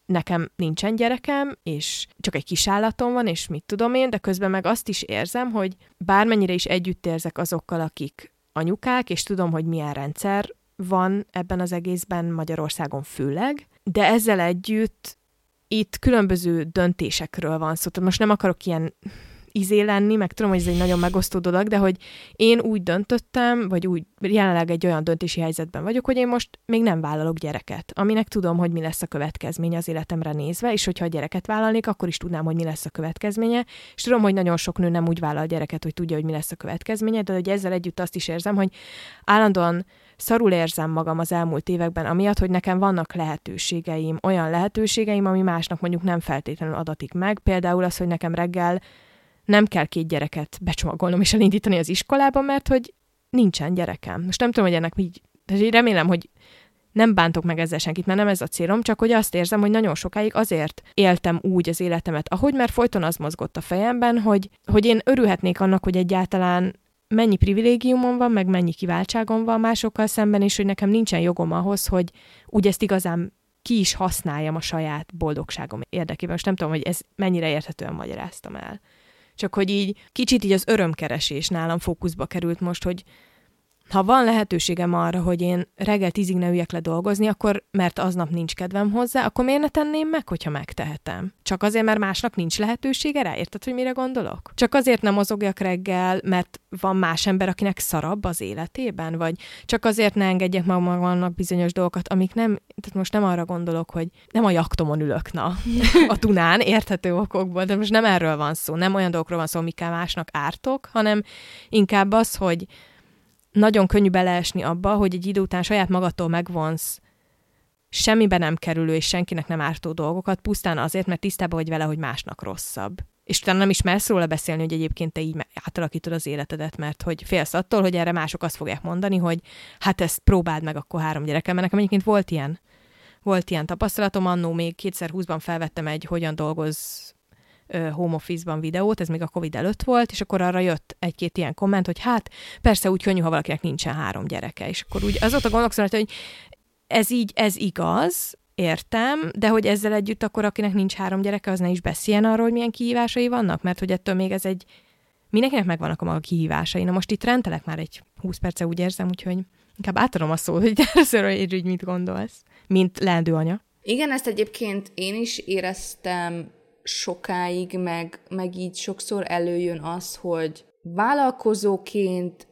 Speaker 2: nekem nincsen gyerekem, és csak egy kis állatom van, és mit tudom én, de közben meg azt is érzem, hogy bármennyire is együtt érzek azokkal, akik anyukák, és tudom, hogy milyen rendszer van ebben az egészben, Magyarországon főleg, de ezzel együtt itt különböző döntésekről van szó. Tehát most nem akarok ilyen izé lenni, meg tudom, hogy ez egy nagyon megosztó dolog, de hogy én úgy döntöttem, vagy úgy jelenleg egy olyan döntési helyzetben vagyok, hogy én most még nem vállalok gyereket, aminek tudom, hogy mi lesz a következménye az életemre nézve, és hogyha a gyereket vállalnék, akkor is tudnám, hogy mi lesz a következménye, és tudom, hogy nagyon sok nő nem úgy vállal gyereket, hogy tudja, hogy mi lesz a következménye, de hogy ezzel együtt azt is érzem, hogy állandóan szarul érzem magam az elmúlt években, amiatt, hogy nekem vannak lehetőségeim, olyan lehetőségeim, ami másnak mondjuk nem feltétlenül adatik meg, például az, hogy nekem reggel nem kell két gyereket becsomagolnom és elindítani az iskolába, mert hogy nincsen gyerekem. Most nem tudom, hogy ennek így, de remélem, hogy nem bántok meg ezzel senkit, mert nem ez a célom, csak hogy azt érzem, hogy nagyon sokáig azért éltem úgy az életemet, ahogy, mert folyton az mozgott a fejemben, hogy, hogy én örülhetnék annak, hogy egyáltalán mennyi privilégiumom van, meg mennyi kiváltságom van másokkal szemben, és hogy nekem nincsen jogom ahhoz, hogy úgy ezt igazán ki is használjam a saját boldogságom érdekében. Most nem tudom, hogy ez mennyire érthetően magyaráztam el. Csak hogy így kicsit így az örömkeresés nálam fókuszba került most, hogy ha van lehetőségem arra, hogy én reggel tízig ne üljek le dolgozni, akkor mert aznap nincs kedvem hozzá, akkor miért ne tenném meg, hogyha megtehetem? Csak azért, mert másnak nincs lehetősége rá? Érted, hogy mire gondolok? Csak azért nem mozogjak reggel, mert van más ember, akinek szarabb az életében? Vagy csak azért ne engedjek magamnak bizonyos dolgokat, amik nem, tehát most nem arra gondolok, hogy nem a jaktomon ülök, na, a Dunán, érthető okokból, de most nem erről van szó, nem olyan dolgokról van szó, amikkel másnak ártok, hanem inkább az, hogy nagyon könnyű beleesni abba, hogy egy idő után saját magadtól megvonsz semmibe nem kerülő és senkinek nem ártó dolgokat, pusztán azért, mert tisztában vagy vele, hogy másnak rosszabb. És utána nem is mersz róla beszélni, hogy egyébként te így átalakítod az életedet, mert hogy félsz attól, hogy erre mások azt fogják mondani, hogy hát ezt próbáld meg akkor három gyerekem, mert nekem egyébként volt ilyen. Volt ilyen tapasztalatom, annó még kétezer-húszban felvettem egy hogyan dolgoz home office-ban videót, ez még a Covid előtt volt, és akkor arra jött egy-két ilyen komment, hogy hát persze úgy könnyű, ha valakinek nincsen három gyereke, és akkor úgy azóta gondolkozom, hogy ez így, ez igaz, értem, de hogy ezzel együtt akkor akinek nincs három gyereke, az ne is beszéljen arról, hogy milyen kihívásai vannak, mert hogy ettől még ez egy, mindenkinek megvannak a maga kihívásai. Na most itt rendelek már egy húsz perce, úgy érzem, úgyhogy inkább átadom a szót, hogy először, hogy mit gondolsz, mint leendő anya.
Speaker 1: Igen, ezt egyébként én is éreztem sokáig, meg, meg így sokszor előjön az, hogy vállalkozóként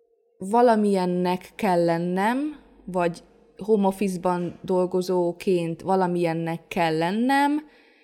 Speaker 1: valamilyennek kell lennem, vagy home office-ban dolgozóként valamilyennek kell lennem,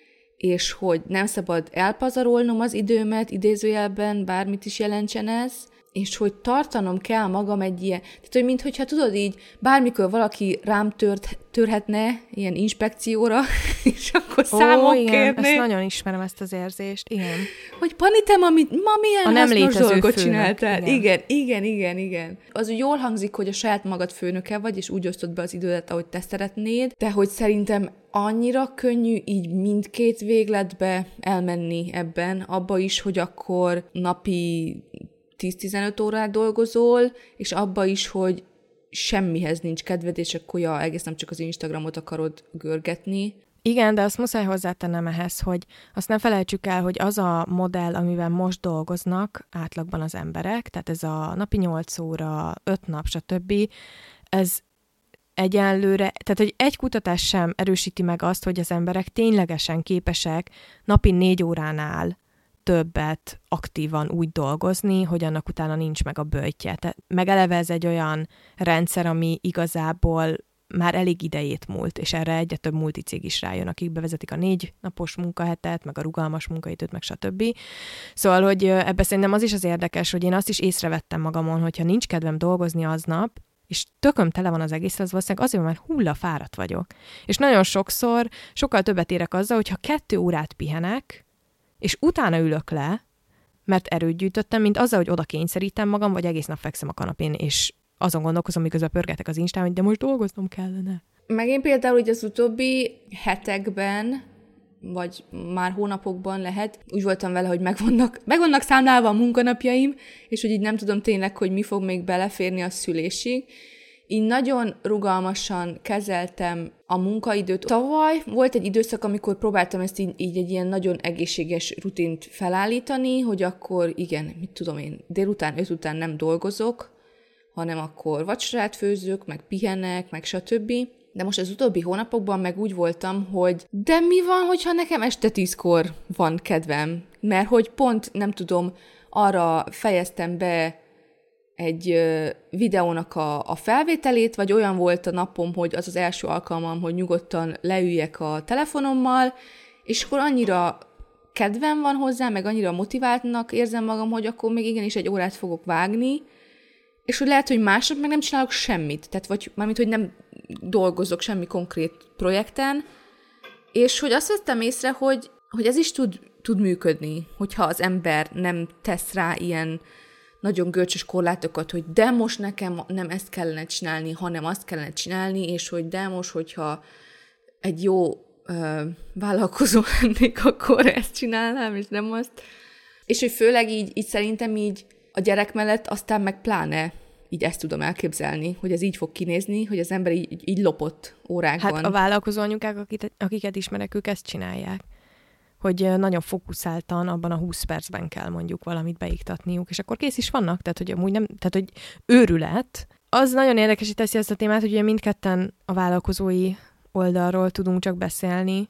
Speaker 1: és hogy nem szabad elpazarolnom az időmet, idézőjelben, bármit is jelentsen ez, és hogy tartanom kell magam egy ilyen, tehát hogy minthogyha tudod így, bármikor valaki rám tört, törhetne ilyen inspekcióra, és akkor
Speaker 2: Ó,
Speaker 1: számok
Speaker 2: igen,
Speaker 1: kérné.
Speaker 2: Ezt nagyon ismerem, ezt az érzést, igen.
Speaker 1: Hogy Pani, te ma, mit, ma milyen
Speaker 2: a nem
Speaker 1: hasznos dolgot
Speaker 2: főnök,
Speaker 1: csináltál.
Speaker 2: Igen.
Speaker 1: igen, igen, igen, igen. Az úgy jól hangzik, hogy a saját magad főnöke vagy, és úgy osztod be az idődet, ahogy te szeretnéd, de hogy szerintem annyira könnyű így mindkét végletbe elmenni ebben, abba is, hogy akkor napi tíz-tizenöt órát dolgozol, és abba is, hogy semmihez nincs kedved, és akkor ja, egész nem csak az Instagramot akarod görgetni.
Speaker 2: Igen, de azt muszáj hozzátennem ehhez, hogy azt nem felejtsük el, hogy az a modell, amivel most dolgoznak átlagban az emberek, tehát ez a napi nyolc óra, öt nap, stb., ez egyenlőre, tehát hogy egy kutatás sem erősíti meg azt, hogy az emberek ténylegesen képesek napi négy óránál többet aktívan úgy dolgozni, hogy annak utána nincs meg a böjtje. Tehát meg eleve ez egy olyan rendszer, ami igazából már elég idejét múlt, és erre egyre több multicég is rájön, akik bevezetik a négy napos munkahetet, meg a rugalmas munkaidőt, meg stb. Szóval, hogy ebbe szerintem az is az érdekes, hogy én azt is észrevettem magamon, hogyha nincs kedvem dolgozni aznap, és tököm tele van az egész, az valószínűleg azért, mert hullafáradt vagyok. És nagyon sokszor sokkal többet érek azzal, hogyha kettő órát pihenek, és utána ülök le, mert erőt gyűjtöttem, mint azzal, hogy oda kényszerítem magam, vagy egész nap fekszem a kanapén, és azon gondolkozom, miközben pörgetek az Instán, hogy de most dolgoznom kellene.
Speaker 1: Meg én például hogy az utóbbi hetekben, vagy már hónapokban lehet, úgy voltam vele, hogy meg vannak, meg vannak számlálva a munkanapjaim, és hogy így nem tudom tényleg, hogy mi fog még beleférni a szülésig, így nagyon rugalmasan kezeltem a munkaidőt. Tavaly volt egy időszak, amikor próbáltam ezt így, így egy ilyen nagyon egészséges rutint felállítani, hogy akkor igen, mit tudom én, délután, öt után nem dolgozok, hanem akkor vacsorát főzök, meg pihenek, meg stb. De most az utóbbi hónapokban meg úgy voltam, hogy de mi van, hogyha nekem este tízkor van kedvem? Mert hogy pont, nem tudom, arra fejeztem be egy ö, videónak a, a felvételét, vagy olyan volt a napom, hogy az az első alkalmam, hogy nyugodtan leüljek a telefonommal, és akkor annyira kedvem van hozzá, meg annyira motiváltnak érzem magam, hogy akkor még igenis egy órát fogok vágni, és hogy lehet, hogy másnap meg nem csinálok semmit, tehát vagy mármint, hogy nem dolgozok semmi konkrét projekten, és hogy azt vettem észre, hogy, hogy ez is tud, tud működni, hogyha az ember nem tesz rá ilyen nagyon görcsös korlátokat, hogy de most nekem nem ezt kellene csinálni, hanem azt kellene csinálni, és hogy de most, hogyha egy jó ö, vállalkozó lennék, akkor ezt csinálnám, és nem azt. És hogy főleg így, így szerintem így a gyerek mellett aztán meg pláne így ezt tudom elképzelni, hogy ez így fog kinézni, hogy az ember így, így lopott órákban.
Speaker 2: Hát a vállalkozó anyukák, akiket, akiket ismerek, ők ezt csinálják. Hogy nagyon fókuszáltan abban a húsz percben kell mondjuk valamit beiktatniuk, és akkor kész is vannak, tehát hogy amúgy nem, tehát hogy őrület. Az nagyon érdekes, hogy teszi ezt a témát, hogy ugye mindketten a vállalkozói oldalról tudunk csak beszélni,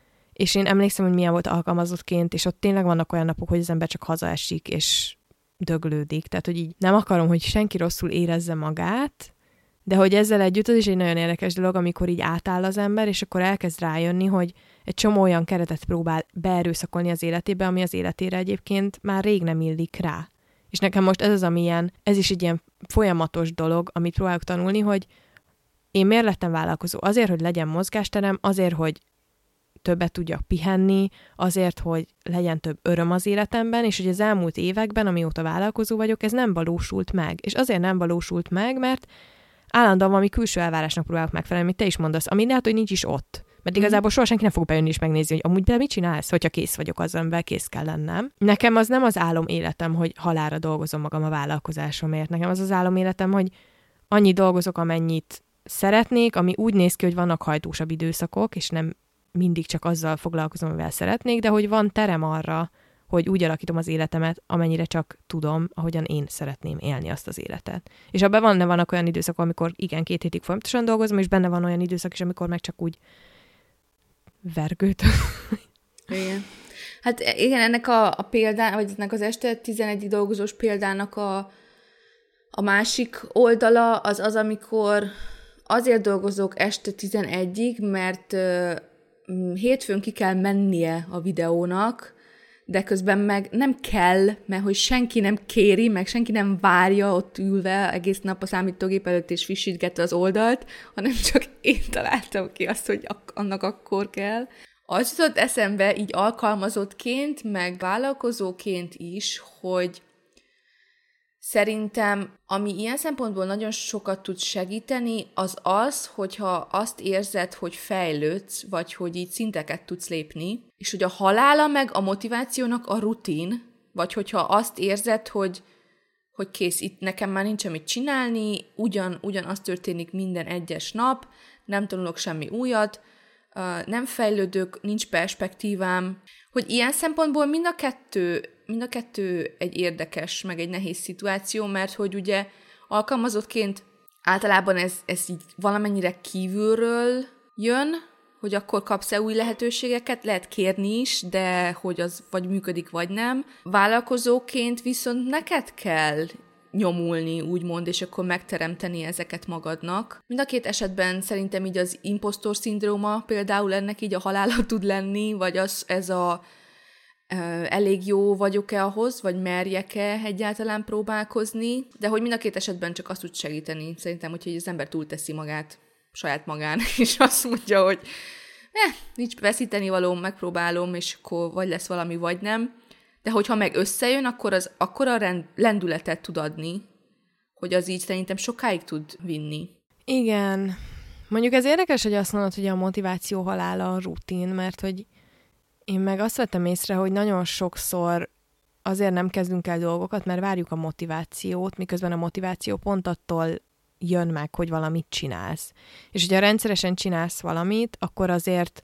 Speaker 2: és én emlékszem, hogy milyen volt alkalmazottként, és ott tényleg vannak olyan napok, hogy az ember csak hazaesik, és döglődik. Tehát, hogy így nem akarom, hogy senki rosszul érezze magát, de hogy ezzel együtt az is egy nagyon érdekes dolog, amikor így átáll az ember, és akkor elkezd rájönni, hogy egy csomó olyan keretet próbál beerőszakolni az életébe, ami az életére egyébként már rég nem illik rá. És nekem most ez az, ami ilyen, ez is egy ilyen folyamatos dolog, amit próbálok tanulni, hogy én miért lettem vállalkozó? Azért, hogy legyen mozgásterem, azért, hogy többet tudjak pihenni, azért, hogy legyen több öröm az életemben, és hogy az elmúlt években, amióta vállalkozó vagyok, ez nem valósult meg. És azért nem valósult meg, mert állandóan valami külső elvárásnak próbálok megfelelni, amit te is mondasz, ami lehet, hogy nincs is ott. Mert igazából soha senki nem fog bejönni és megnézni, hogy amúgy de mit csinálsz, hogyha kész vagyok azzal, amivel kész kell lennem. Nekem az nem az álom életem, hogy halálra dolgozom magam a vállalkozásomért. Nekem az az álom életem, hogy annyi dolgozok, amennyit szeretnék, ami úgy néz ki, hogy vannak hajtósabb időszakok, és nem mindig csak azzal foglalkozom, amivel szeretnék, de hogy van terem arra, hogy úgy alakítom az életemet, amennyire csak tudom, ahogyan én szeretném élni azt az életet. És abban van, vannak olyan időszak, amikor igen, két hétig folyamatosan dolgozom, és benne van olyan időszak is, amikor meg csak úgy vergőt.
Speaker 1: Igen. Hát igen, ennek a, a példán, vagy ennek az este tizenegyig dolgozós példának a, a másik oldala az az, amikor azért dolgozok este tizenegyig, mert uh, hétfőn ki kell mennie a videónak, de közben meg nem kell, mert hogy senki nem kéri, meg senki nem várja ott ülve egész nap a számítógép előtt és frissítgette az oldalt, hanem csak én találtam ki azt, hogy annak akkor kell. Az jutott eszembe így alkalmazottként, meg vállalkozóként is, hogy szerintem, ami ilyen szempontból nagyon sokat tud segíteni, az az, hogyha azt érzed, hogy fejlődsz, vagy hogy így szinteket tudsz lépni, és hogy a halála meg a motivációnak a rutin, vagy hogyha azt érzed, hogy, hogy kész, itt nekem már nincs mit csinálni, ugyan, ugyanaz történik minden egyes nap, nem tanulok semmi újat, nem fejlődök, nincs perspektívám, hogy ilyen szempontból mind a kettő, mind a kettő egy érdekes, meg egy nehéz szituáció, mert hogy ugye alkalmazottként általában ez, ez így valamennyire kívülről jön, hogy akkor kapsz-e új lehetőségeket, lehet kérni is, de hogy az vagy működik, vagy nem. Vállalkozóként viszont neked kell nyomulni, úgymond, és akkor megteremteni ezeket magadnak. Mind a két esetben szerintem így az impostor szindróma például ennek így a halála tud lenni, vagy az, ez a uh, elég jó vagyok-e ahhoz, vagy merjek-e egyáltalán próbálkozni, de hogy mind a két esetben csak azt tud segíteni, szerintem, hogyha az ember túlteszi magát saját magán, és azt mondja, hogy eh, nincs veszíteni való, megpróbálom, és akkor vagy lesz valami, vagy nem. De hogyha meg összejön, akkor az akkora rend, lendületet tud adni, hogy az így szerintem sokáig tud vinni.
Speaker 2: Igen. Mondjuk ez érdekes, hogy azt mondod, hogy a motiváció halála a rutin, mert hogy én meg azt vettem észre, hogy nagyon sokszor azért nem kezdünk el dolgokat, mert várjuk a motivációt, miközben a motiváció pont attól jön meg, hogy valamit csinálsz. És hogyha rendszeresen csinálsz valamit, akkor azért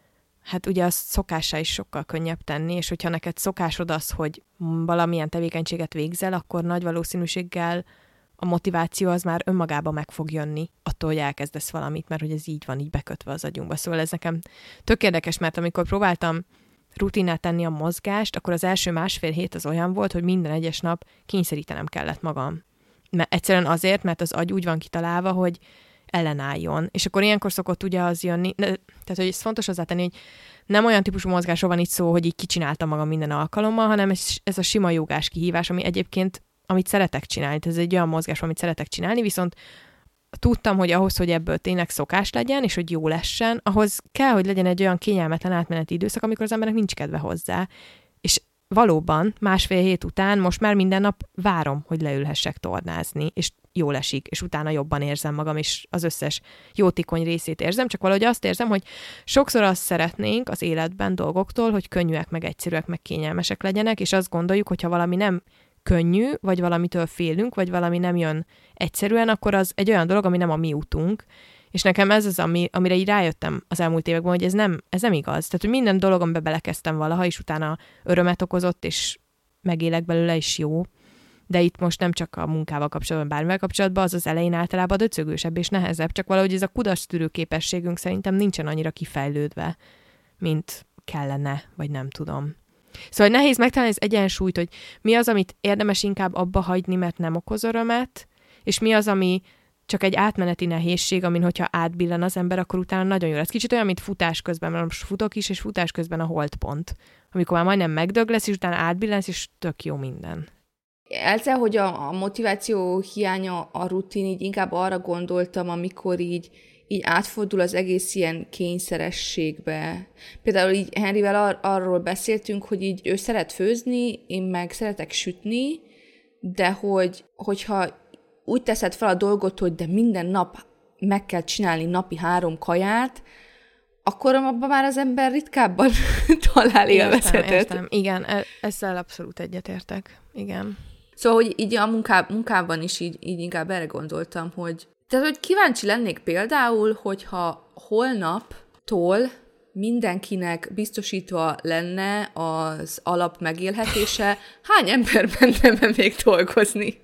Speaker 2: hát ugye azt szokássá is sokkal könnyebb tenni, és hogyha neked szokásod az, hogy valamilyen tevékenységet végzel, akkor nagy valószínűséggel a motiváció az már önmagában meg fog jönni attól, hogy elkezdesz valamit, mert hogy ez így van, így bekötve az agyunkba. Szóval ez nekem tök érdekes, mert amikor próbáltam rutinát tenni a mozgást, akkor az első másfél hét az olyan volt, hogy minden egyes nap kényszerítenem kellett magam. Mert egyszerűen azért, mert az agy úgy van kitalálva, hogy ellenálljon. És akkor ilyenkor szokott ugye az jönni, tehát hogy ez fontos hozzátenni, hogy nem olyan típusú mozgásról van itt szó, hogy így kicsináltam magam minden alkalommal, hanem ez, ez a sima jogás kihívás, ami egyébként, amit szeretek csinálni. Ez egy olyan mozgás, amit szeretek csinálni, viszont tudtam, hogy ahhoz, hogy ebből tényleg szokás legyen, és hogy jó lessen, ahhoz kell, hogy legyen egy olyan kényelmetlen átmeneti időszak, amikor az embernek nincs kedve hozzá. És valóban másfél hét után most már minden nap várom, hogy leülhessek tornázni, és jól esik, és utána jobban érzem magam, és az összes jótékony részét érzem, csak valahogy azt érzem, hogy sokszor azt szeretnénk az életben dolgoktól, hogy könnyűek, meg egyszerűek, meg kényelmesek legyenek, és azt gondoljuk, hogyha valami nem könnyű, vagy valamitől félünk, vagy valami nem jön egyszerűen, akkor az egy olyan dolog, ami nem a mi utunk. És nekem ez az, ami, amire így rájöttem az elmúlt években, hogy ez nem, ez nem igaz. Tehát, hogy minden dolog, amiben belekezdtem valaha, és utána örömet okozott, és megélek belőle, is jó. De itt most nem csak a munkával kapcsolatban, bármivel kapcsolatban, az az elején általában döcögősebb és nehezebb, csak valahogy ez a kudarctűrő képességünk szerintem nincsen annyira kifejlődve, mint kellene, vagy nem tudom. Szóval nehéz megtalálni az egyensúlyt, hogy mi az, amit érdemes inkább abba hagyni, mert nem okoz örömet, és mi az, ami csak egy átmeneti nehézség, amin hogyha átbillen az ember, akkor utána nagyon jó lesz. Kicsit olyan, mint futás közben, mert most futok is, és futás közben a holdpont. Amikor már majdnem megdög lesz, és utána átbillensz, és tök jó minden.
Speaker 1: Elzel, hogy a, a motiváció hiánya, a rutin, így inkább arra gondoltam, amikor így, így átfordul az egész ilyen kényszerességbe. Például így Henryvel ar- arról beszéltünk, hogy így ő szeret főzni, én meg szeretek sütni, de hogy, hogyha úgy teszed fel a dolgot, hogy de minden nap meg kell csinálni napi három kaját, akkor abban már az ember ritkábban talál élvezetet.
Speaker 2: Értem, értem. Igen, e- ezzel abszolút egyetértek. Igen.
Speaker 1: Szóval, hogy így a munká- munkában is így, így inkább erre gondoltam, hogy tehát, hogy kíváncsi lennék például, hogyha holnaptól mindenkinek biztosítva lenne az alap megélhetése, hány ember menne még dolgozni?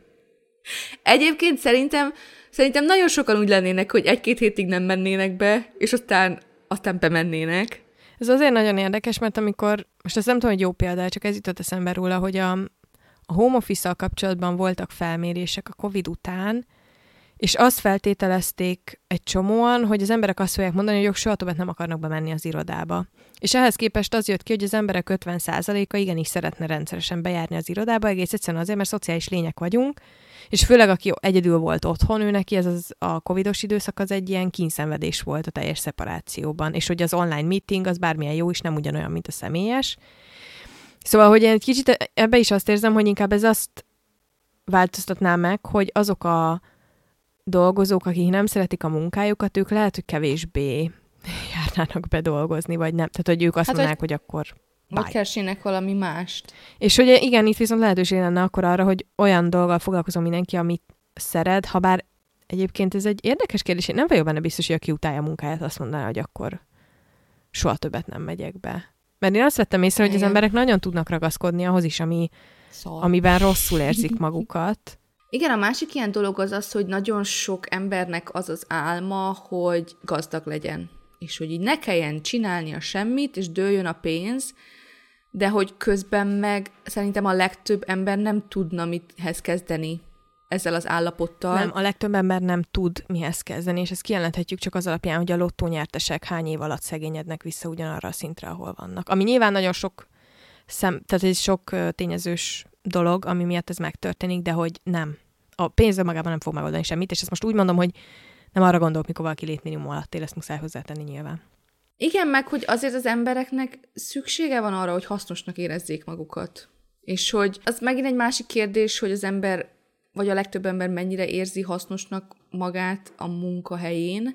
Speaker 1: Egyébként szerintem, szerintem nagyon sokan úgy lennének, hogy egy-két hétig nem mennének be, és aztán, aztán bemennének.
Speaker 2: Ez azért nagyon érdekes, mert amikor, most ezt nem tudom, hogy jó példa, csak ez jutott eszembe róla, hogy a, a home office-szal kapcsolatban voltak felmérések a Covid után, és azt feltételezték egy csomóan, hogy az emberek azt fogják mondani, hogy ők soha többet nem akarnak bemenni az irodába. És ehhez képest az jött ki, hogy az emberek ötven százaléka igenis szeretne rendszeresen bejárni az irodába, egész egyszerűen azért, mert szociális lények vagyunk, és főleg aki egyedül volt otthon, ő neki ez az, a covidos időszak az egy ilyen kínszenvedés volt a teljes szeparációban, és hogy az online meeting az bármilyen jó is, nem ugyanolyan, mint a személyes. Szóval, hogy én egy kicsit ebbe is azt érzem, hogy inkább ez azt változtatná meg, hogy azok a dolgozók, akik nem szeretik a munkájukat, ők lehet, hogy kevésbé járnának bedolgozni, vagy nem. Tehát, hogy ők azt hát, mondják, hogy, hogy akkor
Speaker 1: vagy keresnének valami mást.
Speaker 2: És hogy igen, itt viszont lehetőség lenne akkor arra, hogy olyan dolggal foglalkozom mindenki, amit szeret, ha bár egyébként ez egy érdekes kérdés, én nem vagyok benne biztos, hogy aki utálja a munkáját, azt mondaná, hogy akkor soha többet nem megyek be. Mert én azt vettem észre, hogy igen, az emberek nagyon tudnak ragaszkodni ahhoz is, ami, szóval. amiben rosszul érzik magukat.
Speaker 1: Igen, a másik ilyen dolog az az, hogy nagyon sok embernek az az álma, hogy gazdag legyen. És hogy így ne kelljen csinálnia semmit, és dőljön a pénz, de hogy közben meg szerintem a legtöbb ember nem tudna mithez kezdeni ezzel az állapottal.
Speaker 2: Nem, a legtöbb ember nem tud mihez kezdeni, és ezt kijelenthetjük csak az alapján, hogy a lottónyertesek hány év alatt szegényednek vissza ugyanarra a szintre, ahol vannak. Ami nyilván nagyon sok szem, tehát ez sok tényezős dolog, ami miatt ez megtörténik, de hogy nem. A pénz magában nem fog megoldani semmit, és ezt most úgy mondom, hogy nem arra gondolok, mikor valaki létminimum alatt él, ezt muszáj hozzátenni nyilván.
Speaker 1: Igen, meg hogy azért az embereknek szüksége van arra, hogy hasznosnak érezzék magukat. És hogy az megint egy másik kérdés, hogy az ember, vagy a legtöbb ember mennyire érzi hasznosnak magát a munkahelyén,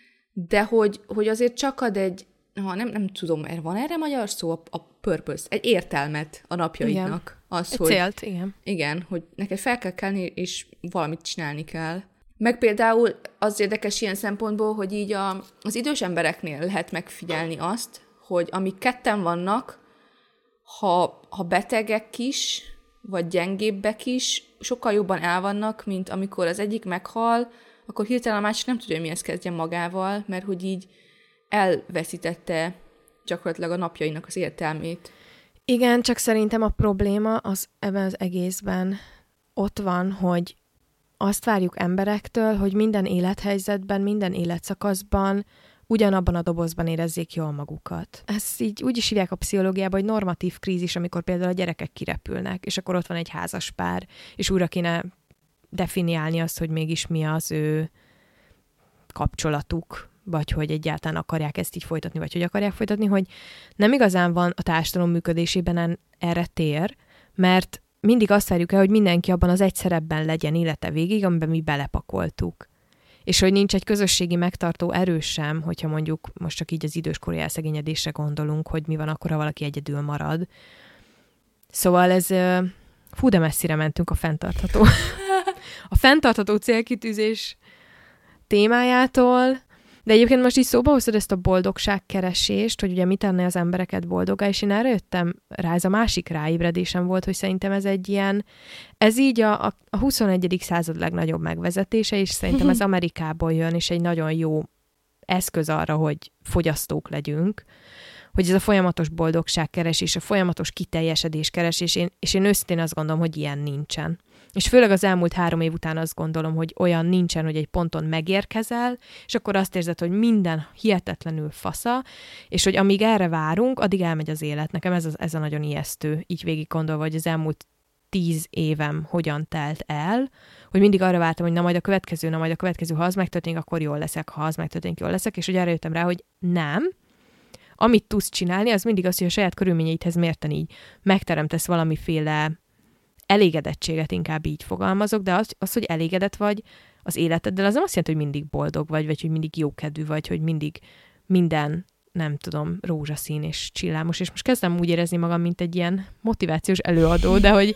Speaker 1: de hogy, hogy azért csak ad egy, ha nem, nem tudom, van erre magyar szó, a, a purpose, egy értelmet a napjaidnak. Igen. Az,
Speaker 2: egy
Speaker 1: hogy,
Speaker 2: célt, igen.
Speaker 1: Igen, hogy neked fel kell kelni, és valamit csinálni kell. Meg például az érdekes ilyen szempontból, hogy így a, az idős embereknél lehet megfigyelni azt, hogy amik ketten vannak, ha, ha betegek is, vagy gyengébbek is, sokkal jobban el vannak, mint amikor az egyik meghal, akkor hirtelen a másik nem tudja, hogy mihez kezdjen magával, mert hogy így elveszítette gyakorlatilag a napjainak az értelmét.
Speaker 2: Igen, csak szerintem a probléma az ebben az egészben ott van, hogy azt várjuk emberektől, hogy minden élethelyzetben, minden életszakaszban ugyanabban a dobozban érezzék jól magukat. Ezt így úgy is hívják a pszichológiában, hogy normatív krízis, amikor például a gyerekek kirepülnek, és akkor ott van egy házas pár, és újra kéne definiálni azt, hogy mégis mi az ő kapcsolatuk, vagy hogy egyáltalán akarják ezt így folytatni, vagy hogy akarják folytatni, hogy nem igazán van a társadalom működésében erre tér, mert mindig azt várjuk el, hogy mindenki abban az egy szerepben legyen élete végig, amiben mi belepakoltuk. És hogy nincs egy közösségi megtartó erő sem, hogyha mondjuk most csak így az időskori elszegényedésre gondolunk, hogy mi van akkor, ha valaki egyedül marad. Szóval ez, fú, de messzire mentünk a fenntartható. A fenntartható célkitűzés témájától, de egyébként most így szóba hoztad ezt a boldogságkeresést, hogy ugye mit tenné az embereket boldoggá, és én erre jöttem rá, ez a másik ráébredésem volt, hogy szerintem ez egy ilyen, ez így a, a, a huszonegyedik század legnagyobb megvezetése, és szerintem ez Amerikából jön, és egy nagyon jó eszköz arra, hogy fogyasztók legyünk, hogy ez a folyamatos boldogságkeresés, a folyamatos kiteljesedés keresés, én, és én őszintén azt gondolom, hogy ilyen nincsen. És főleg az elmúlt három év után azt gondolom, hogy olyan nincsen, hogy egy ponton megérkezel, és akkor azt érzed, hogy minden hihetetlenül fasza, és hogy amíg erre várunk, addig elmegy az élet. Nekem ez a, ez a nagyon ijesztő, így végig gondolva, hogy az elmúlt tíz évem hogyan telt el, hogy mindig arra vártam, hogy na majd a következő, na majd a következő, ha az megtörténik, akkor jól leszek, ha az megtörténik, jól leszek, és hogy arra jöttem rá, hogy nem. Amit tudsz csinálni, az mindig az, hogy a saját körülményeidhez mérten így megteremtesz valamiféle elégedettséget, inkább így fogalmazok, de az, az, hogy elégedett vagy az életeddel, az nem azt jelenti, hogy mindig boldog vagy, vagy hogy mindig jókedvű vagy, hogy mindig minden, nem tudom, rózsaszín és csillámos, és most kezdem úgy érezni magam, mint egy ilyen motivációs előadó, de hogy,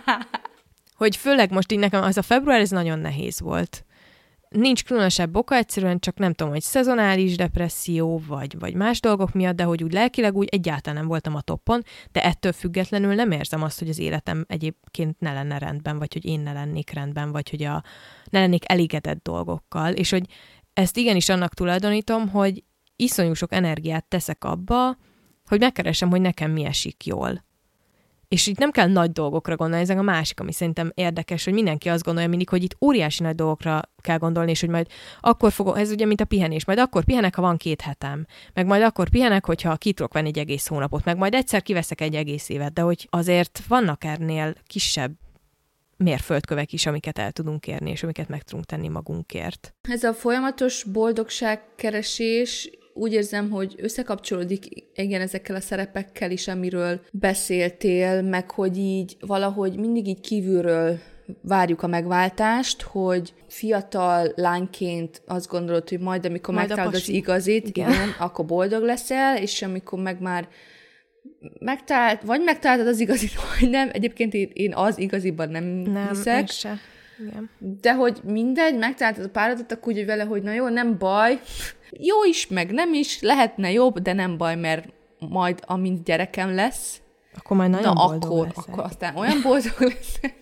Speaker 2: hogy főleg most így nekem az a február, ez nagyon nehéz volt. Nincs különösebb oka, egyszerűen csak nem tudom, hogy szezonális depresszió, vagy, vagy más dolgok miatt, de hogy úgy lelkileg úgy egyáltalán nem voltam a toppon, de ettől függetlenül nem érzem azt, hogy az életem egyébként ne lenne rendben, vagy hogy én ne lennék rendben, vagy hogy a, ne lennék elégedett dolgokkal, és hogy ezt igenis annak tulajdonítom, hogy iszonyú sok energiát teszek abba, hogy megkeresem, hogy nekem mi esik jól. És itt nem kell nagy dolgokra gondolni, ez a másik, ami szerintem érdekes, hogy mindenki azt gondolja mindig, hogy itt óriási nagy dolgokra kell gondolni, és hogy majd akkor fogok, ez ugye mint a pihenés, majd akkor pihenek, ha van két hetem, meg majd akkor pihenek, hogyha ki tudok venni egy egész hónapot, meg majd egyszer kiveszek egy egész évet, de hogy azért vannak ennél kisebb mérföldkövek is, amiket el tudunk érni, és amiket meg tudunk tenni magunkért.
Speaker 1: Ez a folyamatos boldogságkeresés, úgy érzem, hogy összekapcsolódik igen ezekkel a szerepekkel is, amiről beszéltél, meg hogy így valahogy mindig így kívülről várjuk a megváltást, hogy fiatal lányként azt gondolod, hogy majd amikor majd megtalálod az igazit, igen. igen, akkor boldog leszel, és amikor meg már megtalált, vagy megtaláltad az igazit, vagy nem. Egyébként én, én az igaziban nem, nem hiszek.
Speaker 2: Se. Igen.
Speaker 1: De hogy mindegy, megtaláltad a párodat, akkor úgy vele, hogy na jó, nem baj, jó is, meg nem is, lehetne jobb, de nem baj, mert majd amint gyerekem lesz,
Speaker 2: akkor majd nagyon
Speaker 1: na
Speaker 2: boldog
Speaker 1: akkor,
Speaker 2: leszek.
Speaker 1: akkor aztán olyan boldog leszek.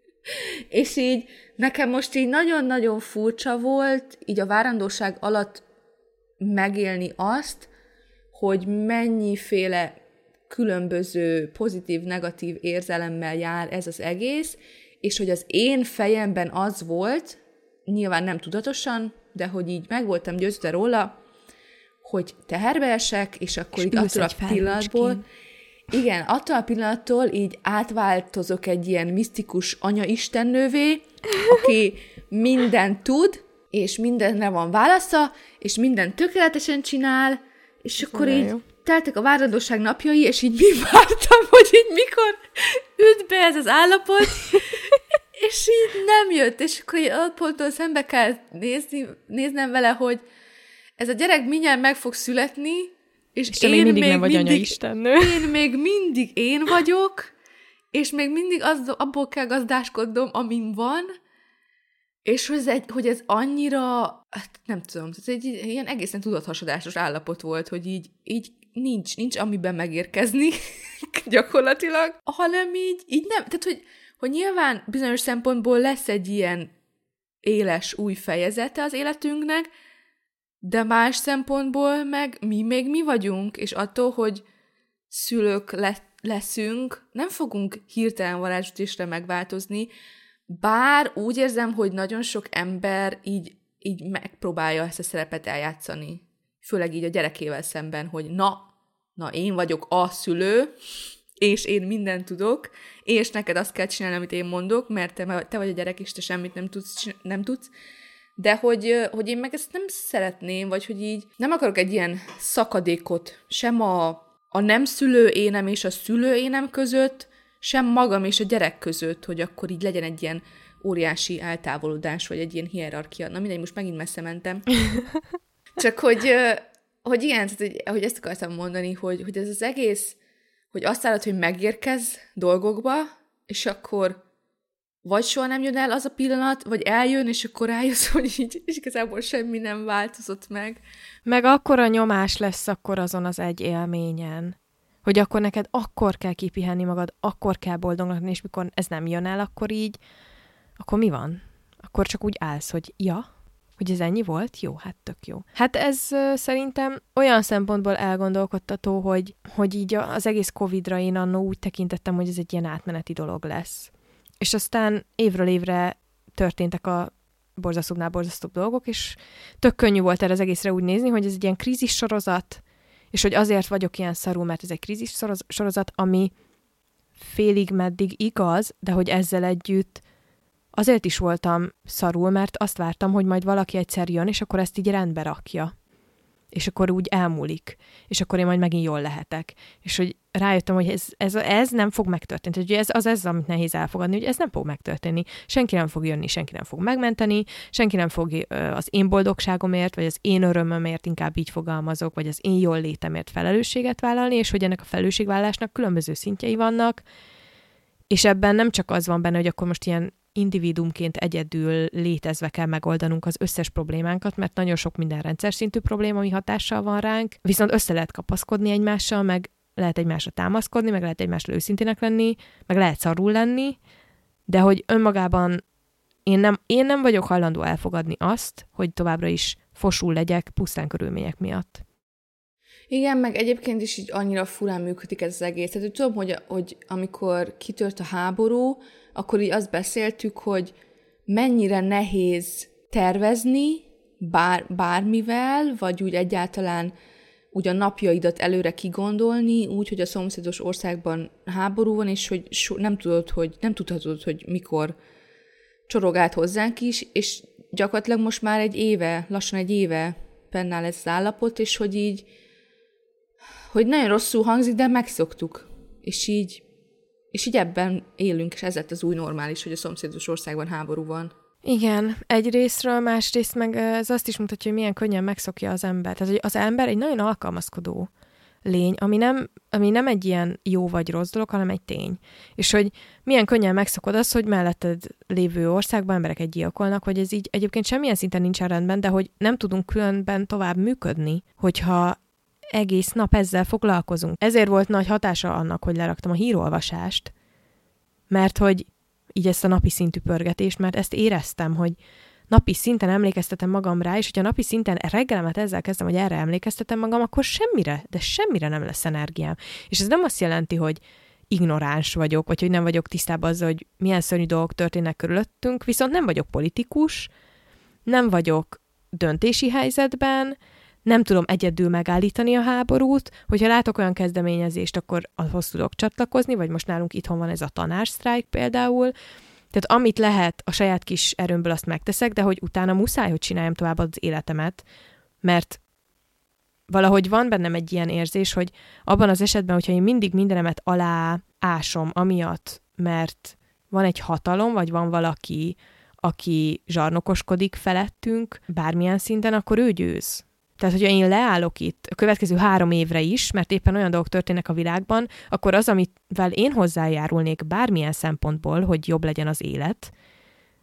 Speaker 1: És így nekem most így nagyon-nagyon furcsa volt így a várandóság alatt megélni azt, hogy mennyiféle különböző pozitív, negatív érzelemmel jár ez az egész, és hogy az én fejemben az volt, nyilván nem tudatosan, de hogy így meg voltam győződve róla, hogy teherbe esek, és akkor és így attól a pillanatból, igen, attól a pillanattól így átváltozok egy ilyen misztikus anya-istennővé, aki mindent tud, és mindenre van válasza, és mindent tökéletesen csinál, és akkor így jó. Teltek a várandóság napjai, és így mi vártam, hogy így mikor üt be ez az állapot, és így nem jött, és akkor így alapontól szembe kell nézni, néznem vele, hogy ez a gyerek mindjárt meg fog születni, és,
Speaker 2: és
Speaker 1: én
Speaker 2: még mindig
Speaker 1: még
Speaker 2: nem vagy
Speaker 1: mindig,
Speaker 2: anyaistennő.
Speaker 1: Én még mindig én vagyok, és még mindig az, abból kell gazdáskodnom, amin van, És hogy ez, egy, hogy ez annyira, hát nem tudom, ez egy ilyen egészen tudathasadásos állapot volt, hogy így, így nincs, nincs amiben megérkezni gyakorlatilag, hanem így, így nem, tehát hogy, hogy nyilván bizonyos szempontból lesz egy ilyen éles új fejezete az életünknek, de más szempontból meg mi még mi vagyunk, és attól, hogy szülők le- leszünk, nem fogunk hirtelen varázsütésre megváltozni, bár úgy érzem, hogy nagyon sok ember így, így megpróbálja ezt a szerepet eljátszani. Főleg így a gyerekével szemben, hogy na, na én vagyok a szülő, és én mindent tudok, és neked azt kell csinálni, amit én mondok, mert te, te vagy a gyerek, és te semmit nem tudsz, nem tudsz. De hogy, hogy én meg ezt nem szeretném, vagy hogy így nem akarok egy ilyen szakadékot sem a, a nem szülő énem és a szülő énem között, sem magam és a gyerek között, hogy akkor így legyen egy ilyen óriási eltávolodás, vagy egy ilyen hierarchia. Na mindegy, most megint messze mentem. Csak hogy, hogy igen, tehát, hogy, hogy ezt akartam mondani, hogy, hogy ez az egész, hogy azt állod, hogy megérkez dolgokba, és akkor vagy soha nem jön el az a pillanat, vagy eljön, és akkor rájössz, hogy így, és igazából semmi nem változott meg.
Speaker 2: Meg akkora nyomás lesz akkor azon az egy élményen, hogy akkor neked akkor kell kipihenni magad, akkor kell boldognak lenni, és mikor ez nem jön el, akkor így, akkor mi van? Akkor csak úgy állsz, hogy ja, hogy ez ennyi volt? Jó, hát tök jó. Hát ez uh, szerintem olyan szempontból elgondolkodtató, hogy, hogy így az egész Covidra én annó úgy tekintettem, hogy ez egy ilyen átmeneti dolog lesz. És aztán évről évre történtek a borzasztóbbnál borzasztóbb dolgok, és tök könnyű volt erre az egészre úgy nézni, hogy ez egy ilyen krízis sorozat, és hogy azért vagyok ilyen szarul, mert ez egy krízis sorozat, ami félig meddig igaz, de hogy ezzel együtt azért is voltam szarul, mert azt vártam, hogy majd valaki egyszer jön, és akkor ezt így rendbe rakja. És akkor úgy elmúlik. És akkor én majd megint jól lehetek. És hogy rájöttem, hogy ez, ez, ez nem fog megtörténni. Tehát, hogy ez az, ez, amit nehéz elfogadni, hogy ez nem fog megtörténni. Senki nem fog jönni, senki nem fog megmenteni, senki nem fog az én boldogságomért, vagy az én örömömért, inkább így fogalmazok, vagy az én jól létemért felelősséget vállalni, és hogy ennek a felelősségvállalásnak különböző szintjei vannak. És ebben nem csak az van benne, hogy akkor most ilyen individuumként egyedül létezve kell megoldanunk az összes problémánkat, mert nagyon sok minden rendszer szintű probléma, ami hatással van ránk, viszont össze lehet kapaszkodni egymással, meg lehet egymásra támaszkodni, meg lehet egymással őszintének lenni, meg lehet szarul lenni, de hogy önmagában én nem, én nem vagyok hajlandó elfogadni azt, hogy továbbra is fosul legyek pusztán körülmények miatt.
Speaker 1: Igen, meg egyébként is így annyira furán működik ez az egész. Tehát, hogy tudom, hogy, hogy amikor kitört a háború, akkor így azt beszéltük, hogy mennyire nehéz tervezni bár, bármivel, vagy úgy egyáltalán úgy a napjaidat előre kigondolni, úgy, hogy a szomszédos országban háború van, és hogy so, nem tudod, hogy nem tudhatod, hogy mikor csorog át hozzánk is, és gyakorlatilag most már egy éve, lassan egy éve fennáll ez az állapot, és hogy így hogy nagyon rosszul hangzik, de megszoktuk. És így, és így ebben élünk, és ez lett az új normális, hogy a szomszédos országban háború van.
Speaker 2: Igen, egyrésztről, másrészt meg ez azt is mutatja, hogy milyen könnyen megszokja az ember. Tehát, hogy az ember egy nagyon alkalmazkodó lény, ami nem, ami nem egy ilyen jó vagy rossz dolog, hanem egy tény. És hogy milyen könnyen megszokod az, hogy melletted lévő országban embereket gyilkolnak, hogy ez így egyébként semmilyen szinten nincsen rendben, de hogy nem tudunk különben tovább működni, hogyha egész nap ezzel foglalkozunk. Ezért volt nagy hatása annak, hogy leraktam a hírolvasást, mert hogy így ezt a napi szintű pörgetést, mert ezt éreztem, hogy napi szinten emlékeztetem magam rá, és hogyha napi szinten reggelemet ezzel kezdem, hogy erre emlékeztetem magam, akkor semmire, de semmire nem lesz energiám. És ez nem azt jelenti, hogy ignoráns vagyok, vagy hogy nem vagyok tisztában azzal, hogy milyen szörnyű dolgok történnek körülöttünk, viszont nem vagyok politikus, nem vagyok döntési helyzetben, nem tudom egyedül megállítani a háborút, hogyha látok olyan kezdeményezést, akkor ahhoz tudok csatlakozni, vagy most nálunk itthon van ez a tanársztrájk például. Tehát amit lehet a saját kis erőmből, azt megteszek, de hogy utána muszáj, hogy csináljam tovább az életemet, mert valahogy van bennem egy ilyen érzés, hogy abban az esetben, hogyha én mindig mindenemet alá ásom amiatt, mert van egy hatalom, vagy van valaki, aki zsarnokoskodik felettünk bármilyen szinten, akkor ő győz. Tehát, hogyha én leállok itt a következő három évre is, mert éppen olyan dolgok történnek a világban, akkor az, amivel én hozzájárulnék bármilyen szempontból, hogy jobb legyen az élet,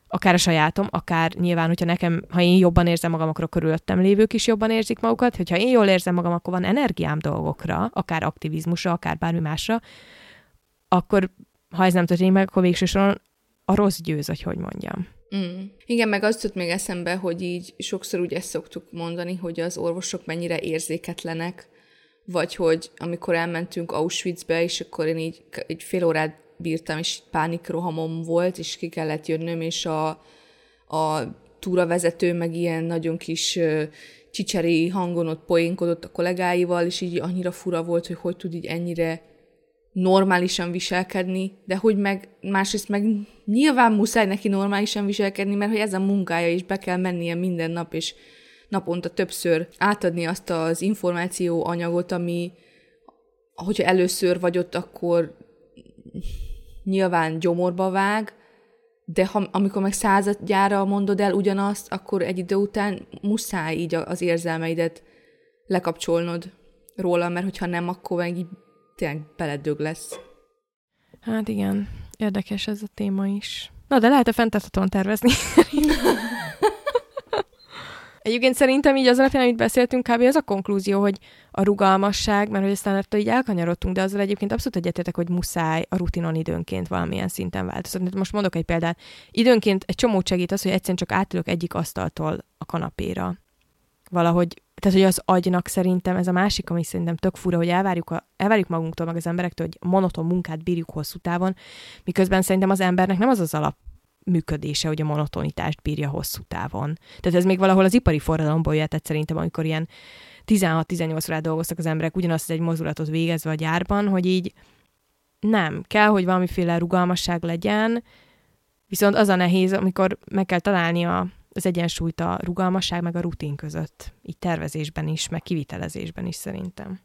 Speaker 2: akár a sajátom, akár nyilván, hogyha nekem, ha én jobban érzem magam, akkor a körülöttem lévők is jobban érzik magukat, hogyha én jól érzem magam, akkor van energiám dolgokra, akár aktivizmusra, akár bármi másra, akkor ha ez nem történik meg, akkor végső soron a rossz győz, hogy hogy mondjam.
Speaker 1: Mm. Igen, meg az jut még eszembe, hogy így sokszor úgy ezt szoktuk mondani, hogy az orvosok mennyire érzéketlenek, vagy hogy amikor elmentünk Auschwitzbe, és akkor én így, így fél órát bírtam, és pánikrohamom volt, és ki kellett jönnöm, és a, a túravezető meg ilyen nagyon kis uh, csicseri hangon ott poénkodott a kollégáival, és így annyira fura volt, hogy hogy tud így ennyire normálisan viselkedni, de hogy meg másrészt meg nyilván muszáj neki normálisan viselkedni, mert hogy ez a munkája, és be kell mennie minden nap, és naponta többször átadni azt az információ anyagot, ami, hogyha először vagy ott, akkor nyilván gyomorba vág, de ha, amikor meg századjára mondod el ugyanazt, akkor egy idő után muszáj így az érzelmeidet lekapcsolnod róla, mert hogyha nem, akkor meg így tényleg beledög lesz.
Speaker 2: Hát igen, érdekes ez a téma is. Na, de lehet-e fenntarthatóan tervezni? Egyébként szerintem így az alapján, amit beszéltünk, kb. Az a konklúzió, hogy a rugalmasság, mert hogy aztán ettől így elkanyarodtunk, de azzal egyébként abszolút egyetértek, hogy muszáj a rutinon időnként valamilyen szinten változtatni. Most mondok egy példát. Időnként egy csomót segít az, hogy egyszerűen csak átülök egyik asztaltól a kanapéra. Valahogy, tehát hogy az agynak szerintem ez a másik, ami szerintem tök fura, hogy elvárjuk, a, elvárjuk magunktól, meg az emberektől, hogy monoton munkát bírjuk hosszú távon, miközben szerintem az embernek nem az az alap működése, hogy a monotonitást bírja hosszú távon. Tehát ez még valahol az ipari forradalomból jöhetett szerintem, amikor ilyen tizenhat-tizennyolc órát dolgoztak az emberek ugyanazt egy mozdulatot végezve a gyárban, hogy így nem, kell, hogy valamiféle rugalmasság legyen, viszont az a nehéz, amikor meg kell találni a, az egyensúlyt a rugalmasság meg a rutin között, így tervezésben is, meg kivitelezésben is szerintem.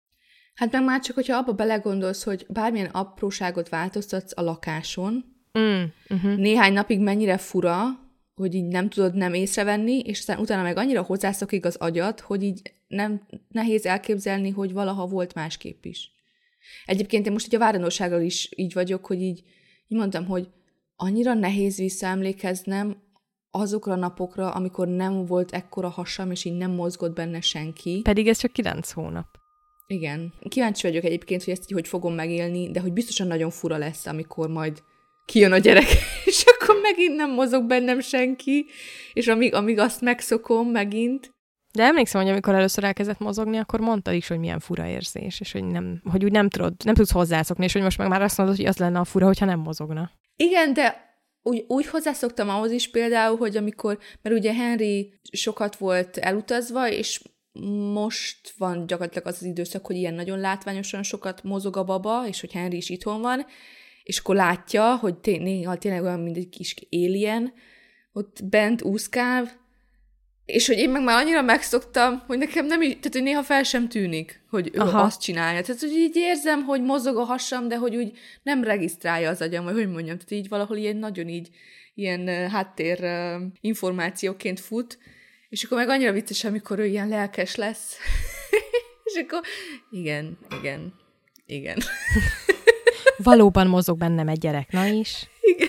Speaker 1: Hát meg már csak, hogyha abba belegondolsz, hogy bármilyen apróságot változtatsz a lakáson,
Speaker 2: Mm, uh-huh.
Speaker 1: néhány napig mennyire fura, hogy így nem tudod nem észrevenni, és aztán utána meg annyira hozzászokik az agyad, hogy így nem nehéz elképzelni, hogy valaha volt másképp is. Egyébként én most így a várandósággal is így vagyok, hogy így, így mondtam, hogy annyira nehéz visszaemlékeznem azokra a napokra, amikor nem volt ekkora hasam, és így nem mozgott benne senki.
Speaker 2: Pedig ez csak kilenc hónap.
Speaker 1: Igen. Kíváncsi vagyok egyébként, hogy ezt így hogy fogom megélni, de hogy biztosan nagyon fura lesz, amikor majd kijön a gyerek, és akkor megint nem mozog bennem senki, és amíg, amíg azt megszokom megint.
Speaker 2: De emlékszem, hogy amikor először elkezdett mozogni, akkor mondtad is, hogy milyen fura érzés, és hogy, nem, hogy úgy nem, tudod, nem tudsz hozzászokni, és hogy most meg már azt mondod, hogy az lenne a fura, hogyha nem mozogna.
Speaker 1: Igen, de úgy, úgy hozzászoktam ahhoz is például, hogy amikor, mert ugye Henry sokat volt elutazva, és most van gyakorlatilag az az időszak, hogy ilyen nagyon látványosan sokat mozog a baba, és hogy Henry is itthon van, és akkor látja, hogy té- néha tényleg olyan, mint egy kis alien, ott bent úszkál, és hogy én meg már annyira megszoktam, hogy nekem nem így, tehát hogy néha fel sem tűnik, hogy ő
Speaker 2: Aha.
Speaker 1: azt csinálja. Tehát, hogy így érzem, hogy mozog a hasam, de hogy úgy nem regisztrálja az agyam, vagy hogy mondjam, tehát így valahol ilyen nagyon így, ilyen uh, háttér uh, információként fut, és akkor meg annyira vicces, amikor ő ilyen lelkes lesz. És akkor igen, igen, igen.
Speaker 2: Valóban mozog bennem egy gyerek, na is.
Speaker 1: Igen.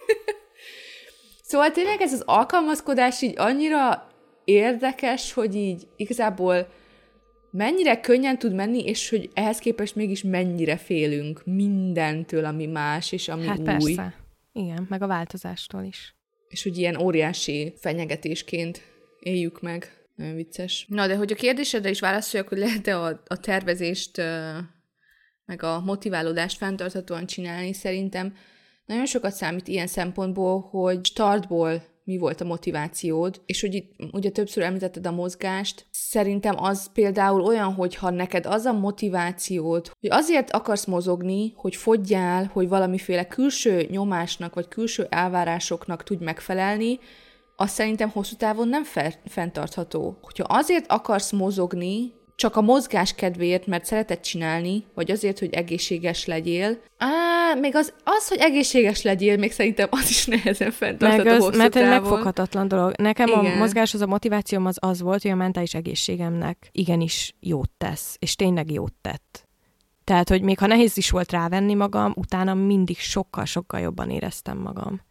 Speaker 1: Szóval tényleg ez az alkalmazkodás így annyira érdekes, hogy így igazából mennyire könnyen tud menni, és hogy ehhez képest mégis mennyire félünk mindentől, ami más, és ami
Speaker 2: hát
Speaker 1: új.
Speaker 2: persze. Igen, meg a változástól is.
Speaker 1: És hogy ilyen óriási fenyegetésként éljük meg. Nagyon vicces. Na, de hogy a kérdésedre is válaszoljak, hogy lehet-e a, a tervezést meg a motiválódást fenntarthatóan csinálni, szerintem nagyon sokat számít ilyen szempontból, hogy startból mi volt a motivációd, és hogy itt ugye többször említetted a mozgást, szerintem az például olyan, hogy ha neked az a motivációd, hogy azért akarsz mozogni, hogy fogyjál, hogy valamiféle külső nyomásnak, vagy külső elvárásoknak tudj megfelelni, az szerintem hosszú távon nem fe- fenntartható. Hogyha azért akarsz mozogni, csak a mozgás kedvéért, mert szereted csinálni, vagy azért, hogy egészséges legyél. Á, még az, az, hogy egészséges legyél, még szerintem az is nehezen fenntartható
Speaker 2: meg az,
Speaker 1: hosszú
Speaker 2: mert
Speaker 1: távon.
Speaker 2: egy megfoghatatlan dolog. Nekem
Speaker 1: Igen.
Speaker 2: a mozgás, az a motivációm az az volt, hogy a mentális egészségemnek igenis jót tesz, és tényleg jót tett. Tehát, hogy még ha nehéz is volt rávenni magam, utána mindig sokkal-sokkal jobban éreztem magam.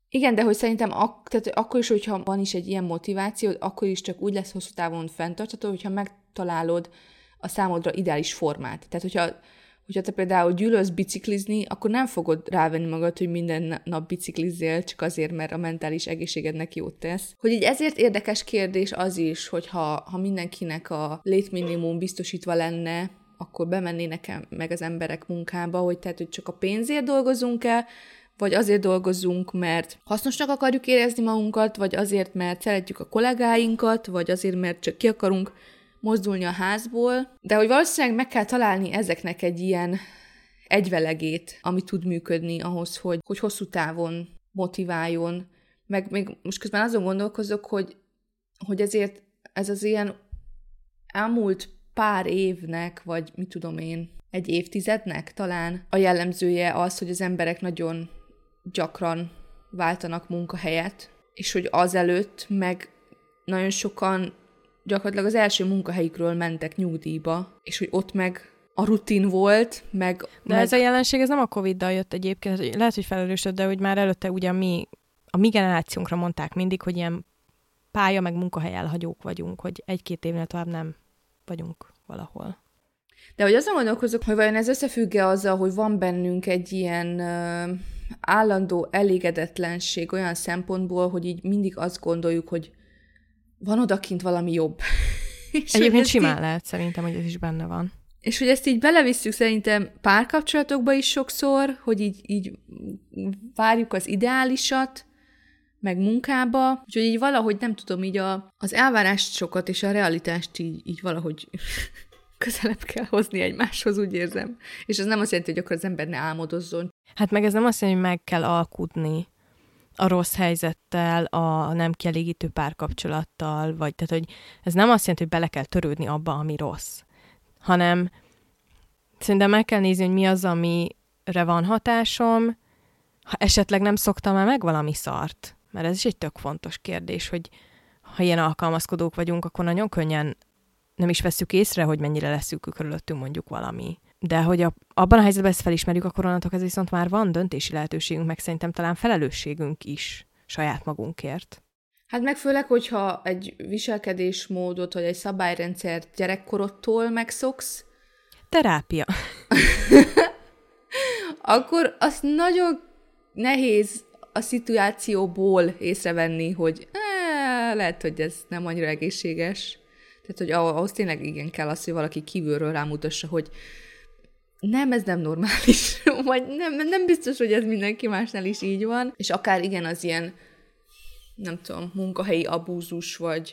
Speaker 1: Igen, de hogy szerintem ak- tehát akkor is, hogyha van is egy ilyen motiváció, akkor is csak úgy lesz hosszú távon fenntartható, hogyha megtalálod a számodra ideális formát. Tehát, hogyha, hogyha te például gyűlölsz biciklizni, akkor nem fogod rávenni magad, hogy minden nap biciklizzél, csak azért, mert a mentális egészségednek jót tesz. Hogy így ezért érdekes kérdés az is, hogy ha, ha mindenkinek a létminimum biztosítva lenne, akkor bemennének meg az emberek munkába, hogy tehát, hogy csak a pénzért dolgozunk-e, vagy azért dolgozunk, mert hasznosnak akarjuk érezni magunkat, vagy azért, mert szeretjük a kollégáinkat, vagy azért, mert csak ki akarunk mozdulni a házból. De hogy valószínűleg meg kell találni ezeknek egy ilyen egyvelegét, ami tud működni ahhoz, hogy, hogy hosszú távon motiváljon. Meg még most közben azon gondolkozok, hogy, hogy ezért ez az ilyen elmúlt pár évnek, vagy mit tudom én, egy évtizednek talán a jellemzője az, hogy az emberek nagyon gyakran váltanak munkahelyet, és hogy azelőtt meg nagyon sokan gyakorlatilag az első munkahelyükről mentek nyugdíjba, és hogy ott meg a rutin volt, meg...
Speaker 2: De
Speaker 1: meg...
Speaker 2: ez a jelenség, ez nem a Covid-dal jött egyébként, lehet, hogy felelősöd, de hogy már előtte ugye mi, a mi generációnkra mondták mindig, hogy ilyen pálya meg munkahely elhagyók vagyunk, hogy egy-két évnél tovább nem vagyunk valahol.
Speaker 1: De hogy azon gondolkozok, hogy vajon ez összefügg-e azzal, hogy van bennünk egy ilyen uh, állandó elégedetlenség olyan szempontból, hogy így mindig azt gondoljuk, hogy van odakint valami jobb.
Speaker 2: Egyébként simán így... lehet szerintem, hogy ez is benne van.
Speaker 1: És hogy ezt így belevisszük szerintem párkapcsolatokba is sokszor, hogy így, így várjuk az ideálisat, meg munkába, úgyhogy így valahogy nem tudom, így a, az elvárásokat és a realitást így, így valahogy közelebb kell hozni egymáshoz, úgy érzem. És ez nem azt jelenti, hogy akkor az ember ne álmodozzon.
Speaker 2: Hát meg ez nem azt jelenti, hogy meg kell alkudni a rossz helyzettel, a nem kielégítő párkapcsolattal, vagy tehát, hogy ez nem azt jelenti, hogy bele kell törődni abba, ami rossz, hanem szerintem meg kell nézni, hogy mi az, amire van hatásom, ha esetleg nem szoktam már meg valami szart, mert ez is egy tök fontos kérdés, hogy ha ilyen alkalmazkodók vagyunk, akkor nagyon könnyen nem is vesszük észre, hogy mennyire leszűkül körülöttünk mondjuk valami. De hogy a, abban a helyzetben ezt felismerjük, akkor onnantól ez viszont már van döntési lehetőségünk, meg szerintem talán felelősségünk is saját magunkért.
Speaker 1: Hát meg főleg, hogyha egy viselkedésmódot, vagy egy szabályrendszert gyerekkorodtól megszoksz.
Speaker 2: Terápia.
Speaker 1: Akkor azt nagyon nehéz a szituációból észrevenni, hogy eh, lehet, hogy ez nem annyira egészséges. Tehát, hogy ahhoz tényleg igen kell az, hogy valaki kívülről rámutassa, hogy nem, ez nem normális, vagy nem, nem biztos, hogy ez mindenki másnál is így van, és akár igen az ilyen, nem tudom, munkahelyi abúzus, vagy...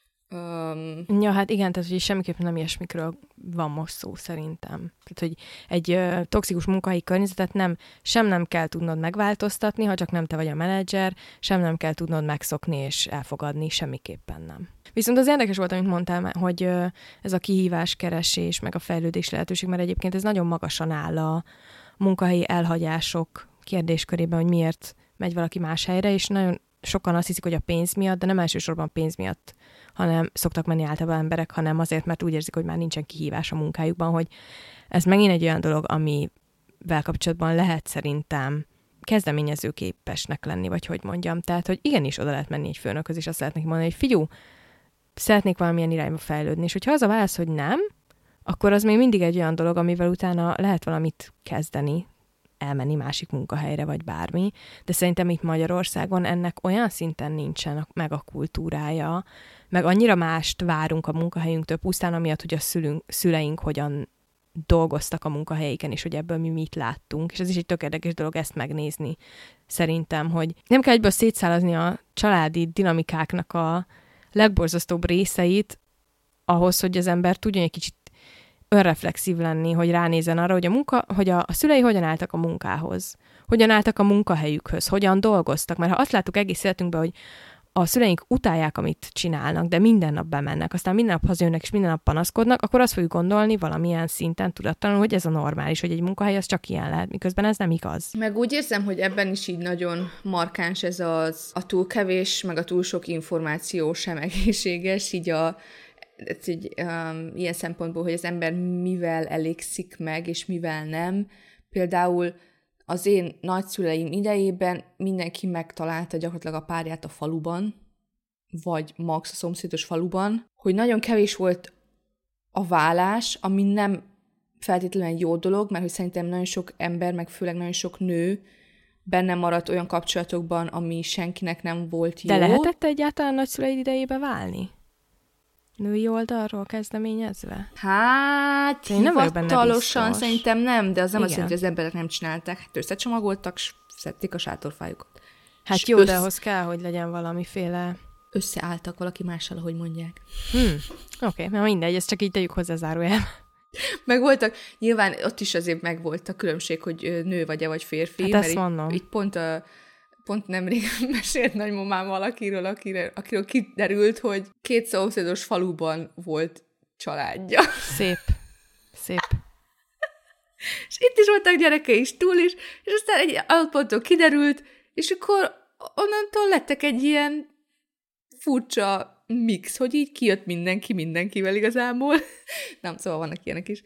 Speaker 1: Um...
Speaker 2: Ja, hát igen, tehát hogy semmiképpen nem ilyesmikről van most szó szerintem. Tehát, hogy egy ö, toxikus munkahelyi környezetet nem, sem nem kell tudnod megváltoztatni, ha csak nem te vagy a menedzser, sem nem kell tudnod megszokni és elfogadni, semmiképpen nem. Viszont az érdekes volt, amit mondtál, hogy ö, ez a kihíváskeresés, meg a fejlődés lehetőség, mert egyébként ez nagyon magasan áll a munkahelyi elhagyások kérdéskörében, hogy miért megy valaki más helyre, és nagyon sokan azt hiszik, hogy a pénz miatt, de nem elsősorban pénz miatt, hanem szoktak menni általában emberek, hanem azért, mert úgy érzik, hogy már nincsen kihívás a munkájukban, hogy ez megint egy olyan dolog, amivel kapcsolatban lehet szerintem kezdeményezőképesnek lenni, vagy hogy mondjam. Tehát, hogy igenis oda lehet menni egy főnökhöz, és azt lehet neki mondani, hogy figyú, szeretnék valamilyen irányba fejlődni, és hogyha az a válasz, hogy nem, akkor az még mindig egy olyan dolog, amivel utána lehet valamit kezdeni, elmenni másik munkahelyre, vagy bármi, de szerintem itt Magyarországon ennek olyan szinten nincsen meg a kultúrája, meg annyira mást várunk a munkahelyünktől, pusztán amiatt, hogy a szülünk, szüleink hogyan dolgoztak a munkahelyeiken, és hogy ebből mi mit láttunk, és ez is egy tök érdekes dolog ezt megnézni. Szerintem, hogy nem kell egyből szétszálazni a családi dinamikáknak a legborzasztóbb részeit ahhoz, hogy az ember tudjon egy kicsit önreflexív lenni, hogy ránézzen arra, hogy a, munka, hogy a, a szülei hogyan álltak a munkához, hogyan álltak a munkahelyükhöz, hogyan dolgoztak. Mert ha azt láttuk egész életünkben, hogy a szüleink utálják, amit csinálnak, de minden nap bemennek, aztán minden nap hazajönnek, és minden nap panaszkodnak, akkor azt fogjuk gondolni valamilyen szinten tudattalanul, hogy ez a normális, hogy egy munkahely az csak ilyen lehet, miközben ez nem igaz.
Speaker 1: Meg úgy érzem, hogy ebben is így nagyon markáns ez az a túl kevés, meg a túl sok információ sem egészséges, így a ez így, um, ilyen szempontból, hogy az ember mivel elégszik meg, és mivel nem. Például az én nagyszüleim idejében mindenki megtalálta gyakorlatilag a párját a faluban, vagy max a szomszédos faluban, hogy nagyon kevés volt a vállás, ami nem feltétlenül jó dolog, mert hogy szerintem nagyon sok ember, meg főleg nagyon sok nő benne maradt olyan kapcsolatokban, ami senkinek nem volt jó.
Speaker 2: De lehetett egyáltalán nagyszüleid idejébe válni? Női oldalról kezdeményezve?
Speaker 1: Hát,
Speaker 2: én nem
Speaker 1: hivatalosan szerintem nem, de az nem
Speaker 2: Igen.
Speaker 1: azt jelenti, hogy az emberek nem csinálták. Hát összecsomagoltak, s szedték a sátorfájukat.
Speaker 2: Hát
Speaker 1: S
Speaker 2: jó,
Speaker 1: össz...
Speaker 2: de ahhoz kell, hogy legyen valamiféle...
Speaker 1: Összeálltak valaki mással, ahogy mondják.
Speaker 2: Hmm. Oké, okay, mert mindegy, ezt csak így tegyük hozzá zárójelbe.
Speaker 1: Meg voltak, nyilván ott is azért meg volt a különbség, hogy nő vagy-e, vagy férfi.
Speaker 2: Hát
Speaker 1: mert
Speaker 2: ezt
Speaker 1: így,
Speaker 2: mondom.
Speaker 1: így pont, a, pont nemrég mesélt nagymamám valakiről, akiről, akiről kiderült, hogy két szomszédos faluban volt családja.
Speaker 2: Szép. Szép.
Speaker 1: És itt is voltak gyerekei is, túl is, és aztán egy alapponton kiderült, és akkor onnantól lettek egy ilyen furcsa mix, hogy így kijött mindenki mindenkivel igazából. Nem, szóval vannak ilyenek is.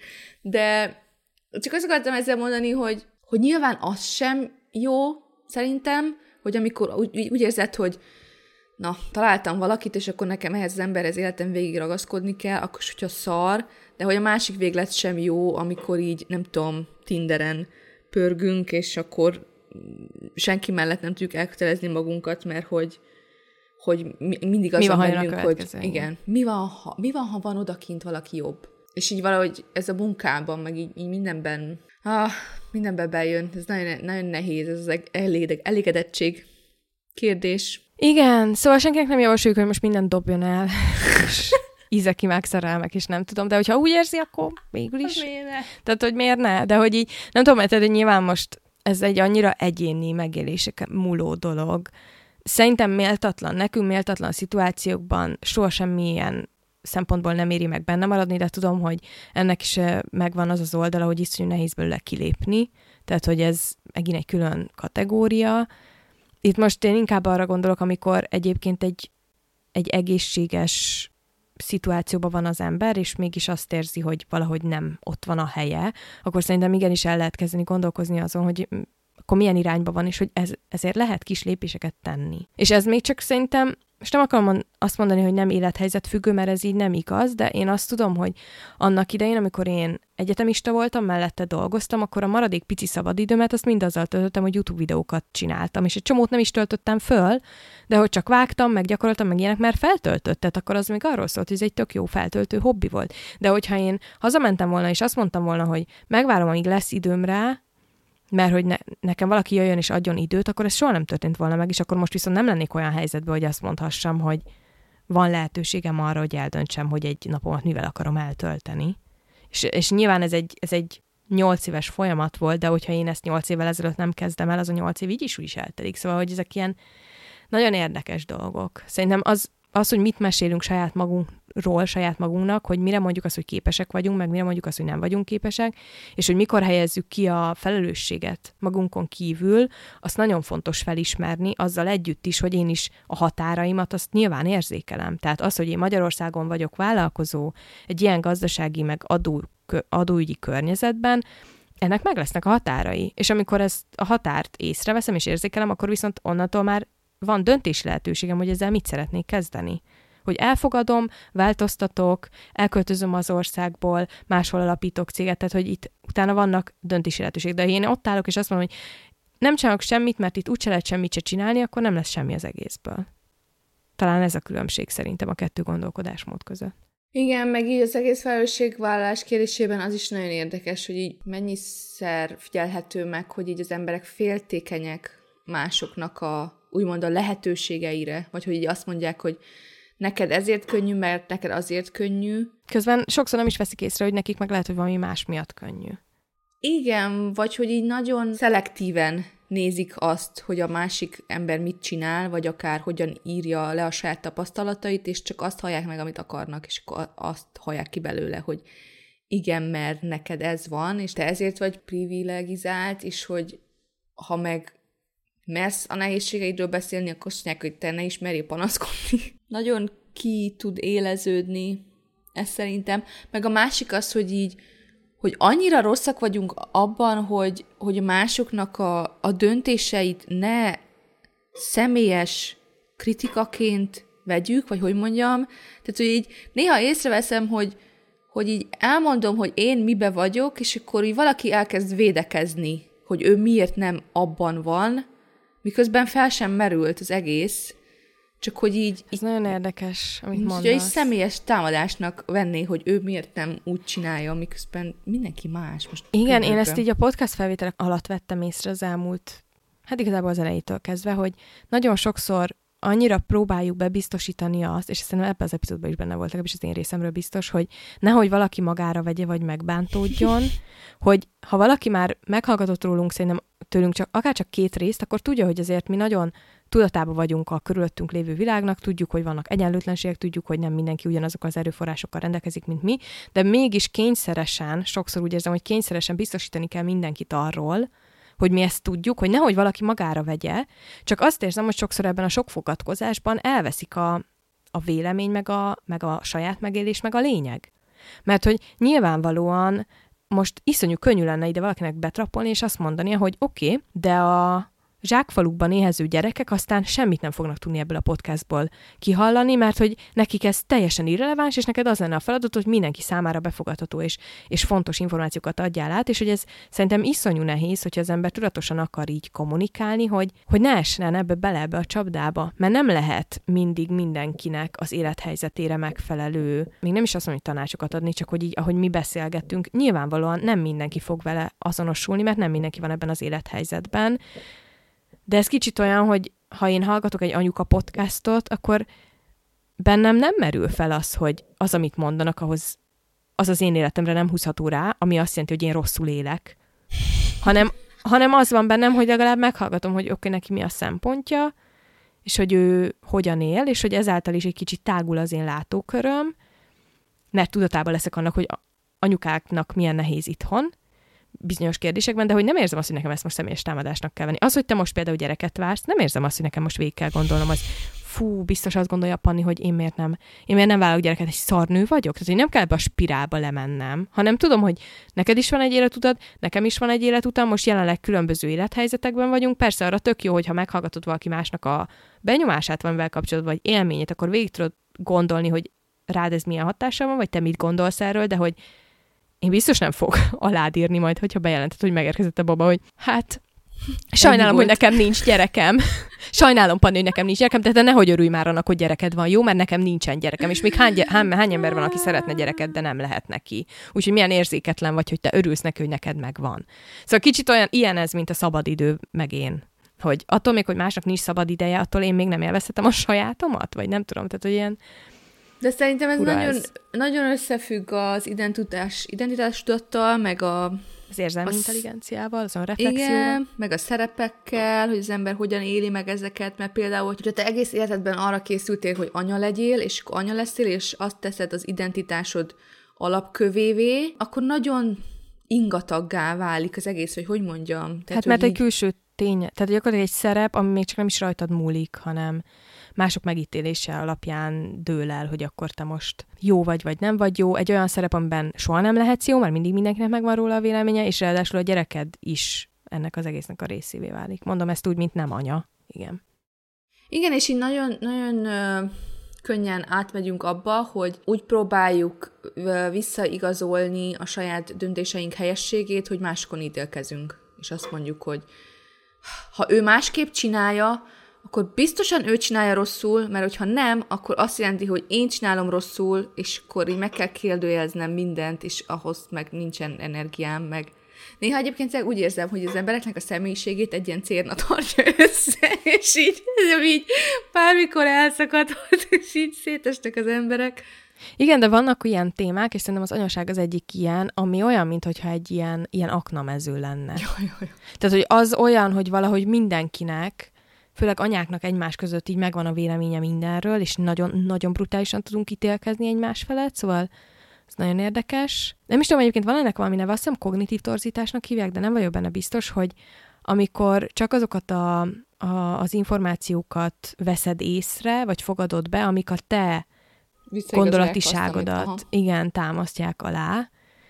Speaker 1: De csak azt akartam ezzel mondani, hogy, hogy nyilván az sem jó, szerintem, hogy amikor úgy, úgy érzed, hogy na, találtam valakit, és akkor nekem ehhez az emberhez életem végig ragaszkodni kell, akkor hogyha szar, de hogy a másik véglet sem jó, amikor így, nem tudom, Tinderen pörgünk, és akkor senki mellett nem tudjuk elkötelezni magunkat, mert hogy hogy mindig az a bennünk, hogy igen, mi van, ha, mi van, ha van odakint valaki jobb. És így valahogy ez a munkában, meg így, így mindenben, ah, mindenben bejön. Ez nagyon, nagyon nehéz, ez az elég, elégedettség kérdés.
Speaker 2: Igen, szóval senkinek nem javasoljuk, hogy most mindent dobjon el, és ízeki megszerelmek, és nem tudom, de hogyha úgy érzi, akkor végül is. Tehát, hogy miért ne? De hogy így, nem tudom, mert hogy nyilván most ez egy annyira egyéni megéléseken múló dolog. Szerintem méltatlan, nekünk méltatlan szituációkban soha semmilyen szempontból nem éri meg benne maradni, de tudom, hogy ennek is megvan az az oldala, hogy iszonyú nehéz belőle kilépni, tehát, hogy ez megint egy külön kategória. Itt most én inkább arra gondolok, amikor egyébként egy, egy egészséges szituációban van az ember, és mégis azt érzi, hogy valahogy nem ott van a helye, akkor szerintem igenis el lehet kezdeni gondolkozni azon, hogy akkor milyen irányba van, és hogy ez, ezért lehet kis lépéseket tenni. És ez még csak szerintem, és nem akarom azt mondani, hogy nem élethelyzet függő, mert ez így nem igaz, de én azt tudom, hogy annak idején, amikor én egyetemista voltam, mellette dolgoztam, akkor a maradék pici szabadidőmet azt mindazzal töltöttem, hogy YouTube videókat csináltam, és egy csomót nem is töltöttem föl, de hogy csak vágtam, meg gyakoroltam, meg ilyenek, mert feltöltött, tehát akkor az még arról szólt, hogy ez egy tök jó feltöltő hobbi volt. De hogyha én hazamentem volna, és azt mondtam volna, hogy megvárom, amíg lesz időm rá, mert hogy ne, nekem valaki jöjjön és adjon időt, akkor ez soha nem történt volna meg, és akkor most viszont nem lennék olyan helyzetben, hogy azt mondhassam, hogy van lehetőségem arra, hogy eldöntsem, hogy egy napomat mivel akarom eltölteni. És, és nyilván ez egy, ez egy nyolc éves folyamat volt, de hogyha én ezt nyolc évvel ezelőtt nem kezdem el, az a nyolc év így is úgy is eltelik. Szóval, hogy ezek ilyen nagyon érdekes dolgok. Szerintem az, az, hogy mit mesélünk saját magunkról, saját magunknak, hogy mire mondjuk azt, hogy képesek vagyunk, meg mire mondjuk azt, hogy nem vagyunk képesek, és hogy mikor helyezzük ki a felelősséget magunkon kívül, azt nagyon fontos felismerni, azzal együtt is, hogy én is a határaimat azt nyilván érzékelem. Tehát az, hogy én Magyarországon vagyok vállalkozó, egy ilyen gazdasági, meg adó, adóügyi környezetben, ennek meg lesznek a határai. És amikor ezt a határt észreveszem és érzékelem, akkor viszont onnantól már van döntési lehetőségem, hogy ezzel mit szeretnék kezdeni. Hogy elfogadom, változtatok, elköltözöm az országból, máshol alapítok céget, tehát hogy itt utána vannak döntési lehetőségek. De ha én ott állok, és azt mondom, hogy nem csinálok semmit, mert itt úgyse lehet semmit se csinálni, akkor nem lesz semmi az egészből. Talán ez a különbség szerintem a kettő gondolkodásmód között.
Speaker 1: Igen, meg így az egész felelősségvállalás kérdésében az is nagyon érdekes, hogy így mennyiszer figyelhető meg, hogy így az emberek féltékenyek másoknak a úgymond a lehetőségeire, vagy hogy így azt mondják, hogy neked ezért könnyű, mert neked azért könnyű.
Speaker 2: Közben sokszor nem is veszik észre, hogy nekik meg lehet, hogy valami más miatt könnyű.
Speaker 1: Igen, vagy hogy így nagyon szelektíven nézik azt, hogy a másik ember mit csinál, vagy akár hogyan írja le a saját tapasztalatait, és csak azt hallják meg, amit akarnak, és azt hallják ki belőle, hogy igen, mert neked ez van, és te ezért vagy privilegizált, és hogy ha meg mersz a nehézségeidről beszélni, akkor azt mondják, hogy te ne is merjél panaszkodni. Nagyon ki tud éleződni, ez szerintem. Meg a másik az, hogy így, hogy annyira rosszak vagyunk abban, hogy, hogy másoknak a, a döntéseit ne személyes kritikaként vegyük, vagy hogy mondjam. Tehát, hogy így néha észreveszem, hogy, hogy így elmondom, hogy én mibe vagyok, és akkor így valaki elkezd védekezni, hogy ő miért nem abban van, miközben fel sem merült az egész, csak hogy így...
Speaker 2: Ez így, nagyon érdekes, amit mondasz.
Speaker 1: Ugye egy személyes támadásnak venné, hogy ő miért nem úgy csinálja, miközben mindenki más. Most
Speaker 2: igen, én ezt így a podcast felvételek alatt vettem észre az elmúlt, hát igazából az elejétől kezdve, hogy nagyon sokszor annyira próbáljuk bebiztosítani azt, és szerintem ebben az epizódban is benne volt, legalábbis az én részemről biztos, hogy nehogy valaki magára vegye, vagy megbántódjon, hogy ha valaki már meghallgatott rólunk, szerintem tőlünk csak, akár csak két részt, akkor tudja, hogy azért mi nagyon tudatában vagyunk a körülöttünk lévő világnak, tudjuk, hogy vannak egyenlőtlenségek, tudjuk, hogy nem mindenki ugyanazok az erőforrásokkal rendelkezik, mint mi, de mégis kényszeresen, sokszor úgy érzem, hogy kényszeresen biztosítani kell mindenkit arról, hogy mi ezt tudjuk, hogy nehogy valaki magára vegye, csak azt érzem, hogy sokszor ebben a sok fogadkozásban elveszik a, a vélemény, meg a, meg a saját megélés, meg a lényeg. Mert hogy nyilvánvalóan most iszonyú könnyű lenne ide valakinek betrapolni, és azt mondania, hogy oké, okay, de a zsákfalukban éhező gyerekek aztán semmit nem fognak tudni ebből a podcastból kihallani, mert hogy nekik ez teljesen irreleváns, és neked az lenne a feladat, hogy mindenki számára befogadható és, és fontos információkat adjál át, és hogy ez szerintem iszonyú nehéz, hogyha az ember tudatosan akar így kommunikálni, hogy, hogy ne essen ebbe bele ebbe a csapdába, mert nem lehet mindig mindenkinek az élethelyzetére megfelelő, még nem is azt mondom, hogy tanácsokat adni, csak hogy így, ahogy mi beszélgettünk, nyilvánvalóan nem mindenki fog vele azonosulni, mert nem mindenki van ebben az élethelyzetben. De ez kicsit olyan, hogy ha én hallgatok egy anyuka podcastot, akkor bennem nem merül fel az, hogy az, amit mondanak, ahhoz az az én életemre nem húzható rá, ami azt jelenti, hogy én rosszul élek. Hanem, hanem az van bennem, hogy legalább meghallgatom, hogy oké, okay, neki mi a szempontja, és hogy ő hogyan él, és hogy ezáltal is egy kicsit tágul az én látóköröm, mert tudatában leszek annak, hogy anyukáknak milyen nehéz itthon, bizonyos kérdésekben, de hogy nem érzem azt, hogy nekem ezt most személyes támadásnak kell venni. Az, hogy te most például gyereket vársz, nem érzem azt, hogy nekem most végig kell gondolnom, az fú, biztos azt gondolja Panni, hogy én miért nem, én miért nem vállalok gyereket, egy szarnő vagyok? Tehát, hogy nem kell ebbe a spirálba lemennem, hanem tudom, hogy neked is van egy életutad, nekem is van egy életutam, most jelenleg különböző élethelyzetekben vagyunk. Persze arra tök jó, hogyha meghallgatod valaki másnak a benyomását valamivel kapcsolatban, vagy élményét, akkor végig tudod gondolni, hogy rád ez milyen hatással van, vagy te mit gondolsz erről, de hogy én biztos nem fog alád írni majd, hogyha bejelentett, hogy megérkezett a baba, hogy hát sajnálom, hogy nekem nincs gyerekem. Sajnálom, Panni, hogy nekem nincs gyerekem, tehát nehogy örülj már annak, hogy gyereked van, jó, mert nekem nincsen gyerekem, és még hány, hány, hány ember van, aki szeretne gyereket, de nem lehet neki. Úgyhogy milyen érzéketlen vagy, hogy te örülsz neki, hogy neked megvan. Szóval kicsit olyan ilyen ez, mint a szabadidő, meg én. Hogy attól még, hogy másnak nincs szabad ideje, attól én még nem élvezhetem a sajátomat, vagy nem tudom, tehát hogy ilyen.
Speaker 1: De szerintem ez nagyon, ez nagyon összefügg az identitás, identitástudattal, meg a...
Speaker 2: Az érzelmi az, intelligenciával, azon reflexióval.
Speaker 1: Igen, meg a szerepekkel, hogy az ember hogyan éli meg ezeket, mert például, hogyha te egész életedben arra készültél, hogy anya legyél, és anya leszel, és azt teszed az identitásod alapkövévé, akkor nagyon ingataggá válik az egész, hogy hogy mondjam. Tehát,
Speaker 2: hát mert
Speaker 1: így...
Speaker 2: egy külső tény, tehát gyakorlatilag egy szerep, ami még csak nem is rajtad múlik, hanem mások megítélése alapján dől el, hogy akkor te most jó vagy, vagy nem vagy jó. Egy olyan szerep, amiben soha nem lehetsz jó, mert mindig mindenkinek megvan róla a véleménye, és ráadásul a gyereked is ennek az egésznek a részévé válik. Mondom ezt úgy, mint nem anya. Igen.
Speaker 1: Igen, és így nagyon, nagyon uh, könnyen átmegyünk abba, hogy úgy próbáljuk uh, visszaigazolni a saját döntéseink helyességét, hogy máskon ítélkezünk. És azt mondjuk, hogy ha ő másképp csinálja, akkor biztosan ő csinálja rosszul, mert hogyha nem, akkor azt jelenti, hogy én csinálom rosszul, és akkor így meg kell kérdőjeleznem mindent, és ahhoz meg nincsen energiám, meg... Néha egyébként úgy érzem, hogy az embereknek a személyiségét egy ilyen cérna tartja össze, és így, így bármikor elszakadhat, és így szétestek az emberek.
Speaker 2: Igen, de vannak ilyen témák, és szerintem az anyaság az egyik ilyen, ami olyan, mintha egy ilyen, ilyen aknamező lenne.
Speaker 1: Jó, jó, jó.
Speaker 2: Tehát, hogy az olyan, hogy valahogy mindenkinek, főleg anyáknak egymás között így megvan a véleménye mindenről, és nagyon, nagyon brutálisan tudunk ítélkezni egymás felett, szóval ez nagyon érdekes. Nem is tudom, egyébként van ennek valami neve, azt hiszem kognitív torzításnak hívják, de nem vagyok benne biztos, hogy amikor csak azokat a, a, az információkat veszed észre, vagy fogadod be, amik a te gondolatiságodat igen, támasztják alá,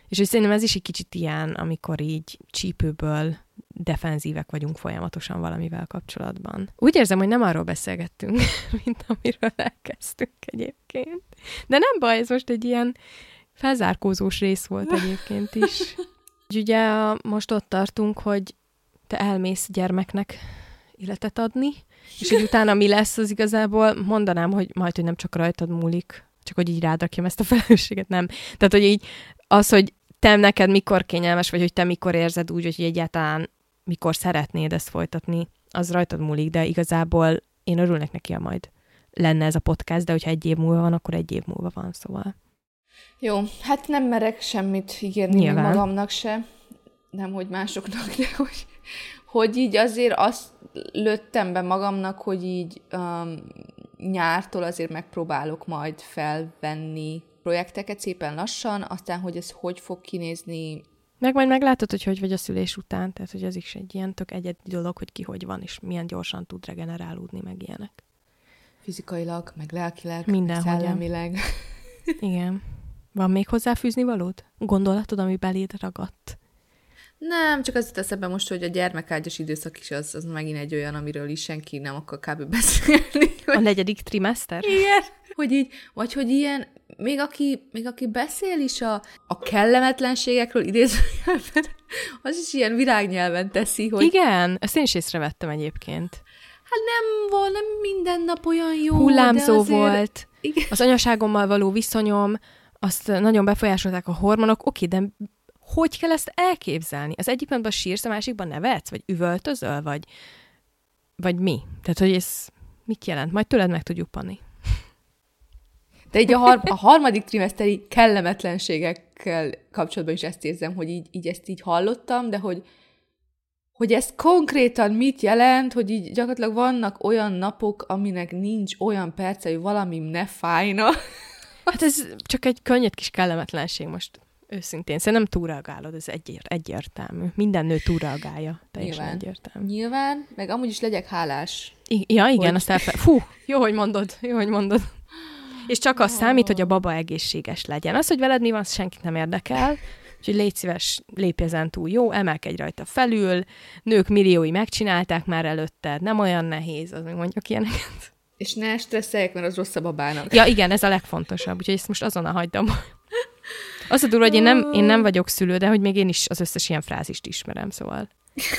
Speaker 2: És hogy szerintem ez is egy kicsit ilyen, amikor így csípőből defenzívek vagyunk folyamatosan valamivel kapcsolatban. Úgy érzem, hogy nem arról beszélgettünk, mint amiről elkezdtünk egyébként. De nem baj, ez most egy ilyen felzárkózós rész volt egyébként is. Ugye most ott tartunk, hogy te elmész gyermeknek életet adni, és hogy utána mi lesz, az igazából mondanám, hogy majd, hogy nem csak rajtad múlik, csak hogy így rádakjam ezt a felelősséget, nem. Tehát, hogy így az, hogy te neked mikor kényelmes, vagy hogy te mikor érzed úgy, hogy egyáltalán mikor szeretnéd ezt folytatni, az rajtad múlik, de igazából én örülnek neki, ha majd lenne ez a podcast, de hogyha egy év múlva van, akkor egy év múlva van, szóval.
Speaker 1: Jó, hát nem merek semmit ígérni
Speaker 2: Nyilván.
Speaker 1: magamnak se, nem hogy másoknak, de hogy, hogy így azért azt lőttem be magamnak, hogy így um, nyártól azért megpróbálok majd felvenni projekteket szépen lassan, aztán, hogy ez hogy fog kinézni.
Speaker 2: Meg majd meglátod, hogy hogy vagy a szülés után, tehát hogy ez is egy ilyen tök egyedi dolog, hogy ki hogy van, és milyen gyorsan tud regenerálódni, meg ilyenek.
Speaker 1: Fizikailag, meg lelkileg,
Speaker 2: mindenhogyan.
Speaker 1: szellemileg.
Speaker 2: Igen. Van még hozzáfűzni valód? Gondolatod, ami beléd ragadt?
Speaker 1: Nem, csak az eszembe most, hogy a gyermekágyas időszak is az, az megint egy olyan, amiről is senki nem akar kb. Beszélni.
Speaker 2: A negyedik trimester?
Speaker 1: Igen. Hogy így, vagy hogy ilyen, még aki, még aki beszél is a, a kellemetlenségekről idézőjelben, az is ilyen virágnyelven teszi, hogy...
Speaker 2: Igen, ezt én is észrevettem egyébként.
Speaker 1: Hát nem volt, nem minden nap olyan jó,
Speaker 2: Hullámzó
Speaker 1: de azért...
Speaker 2: volt.
Speaker 1: Igen.
Speaker 2: Az anyaságommal való viszonyom, azt nagyon befolyásolták a hormonok. Oké, de hogy kell ezt elképzelni? Az egyik pillanatban sírsz, a másikban nevetsz? Vagy üvöltözöl? Vagy, vagy mi? Tehát, hogy ez mit jelent? Majd tőled meg tudjuk, Panni.
Speaker 1: De így a, har- a harmadik trimeszteri kellemetlenségekkel kapcsolatban is ezt érzem, hogy így, így ezt így hallottam, de hogy, hogy ez konkrétan mit jelent, hogy így gyakorlatilag vannak olyan napok, aminek nincs olyan perce, hogy valami ne fájna.
Speaker 2: Hát ez csak egy könnyed kis kellemetlenség most, őszintén. Szerintem túlreagálod, ez egyért, egyértelmű. Minden nő túlreagálja, teljesen
Speaker 1: Nyilván.
Speaker 2: egyértelmű.
Speaker 1: Nyilván, meg amúgy is legyek hálás.
Speaker 2: I- ja, igen,
Speaker 1: Hogy?
Speaker 2: azt elfe... Fú, jó, hogy mondod, jó, hogy mondod. És csak az számít, hogy a baba egészséges legyen. Az, hogy veled mi van, senkit nem érdekel, úgyhogy légy szíves, lépj ezen túl, jó, emelkedj rajta felül, nők milliói megcsinálták már előtted, nem olyan nehéz, az még mondjuk ilyeneket.
Speaker 1: És ne stresszeljek, mert az rossz a babának.
Speaker 2: Ja, igen, ez a legfontosabb, úgyhogy ezt most azonnal hagydam. Az a durva, hogy én nem, én nem vagyok szülő, de hogy még én is az összes ilyen frázist ismerem, szóval.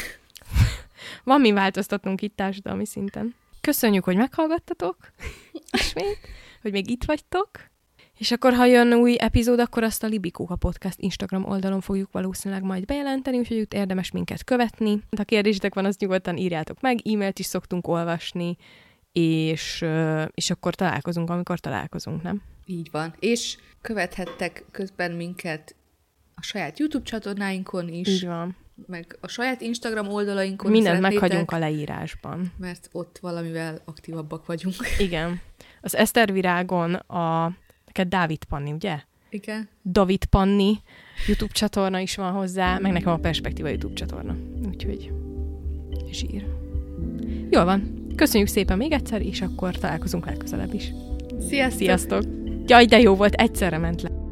Speaker 2: Van mi változtatnunk itt társadalmi szinten. Köszönjük, hogy meghallgattatok, ismét, hogy még itt vagytok. És akkor, ha jön új epizód, akkor azt a Libikóka Podcast Instagram oldalon fogjuk valószínűleg majd bejelenteni, úgyhogy itt érdemes minket követni. Ha kérdésetek van, azt nyugodtan írjátok meg, e-mailt is szoktunk olvasni, és, és akkor találkozunk, amikor találkozunk, nem?
Speaker 1: Így van. És követhettek közben minket a saját YouTube csatornáinkon is.
Speaker 2: Így van.
Speaker 1: Meg a saját Instagram oldalainkon.
Speaker 2: Mindent meghagyunk a leírásban.
Speaker 1: Mert ott valamivel aktívabbak vagyunk.
Speaker 2: Igen. Az Eszter Virágon a... Neked Dávid Panni, ugye?
Speaker 1: Igen.
Speaker 2: David Panni YouTube csatorna is van hozzá, meg nekem a Perspektíva YouTube csatorna. Úgyhogy zsír. Jól van. Köszönjük szépen még egyszer, és akkor találkozunk legközelebb is.
Speaker 1: Sziasztok!
Speaker 2: Sziasztok! Jaj, de jó volt, egyszerre ment le.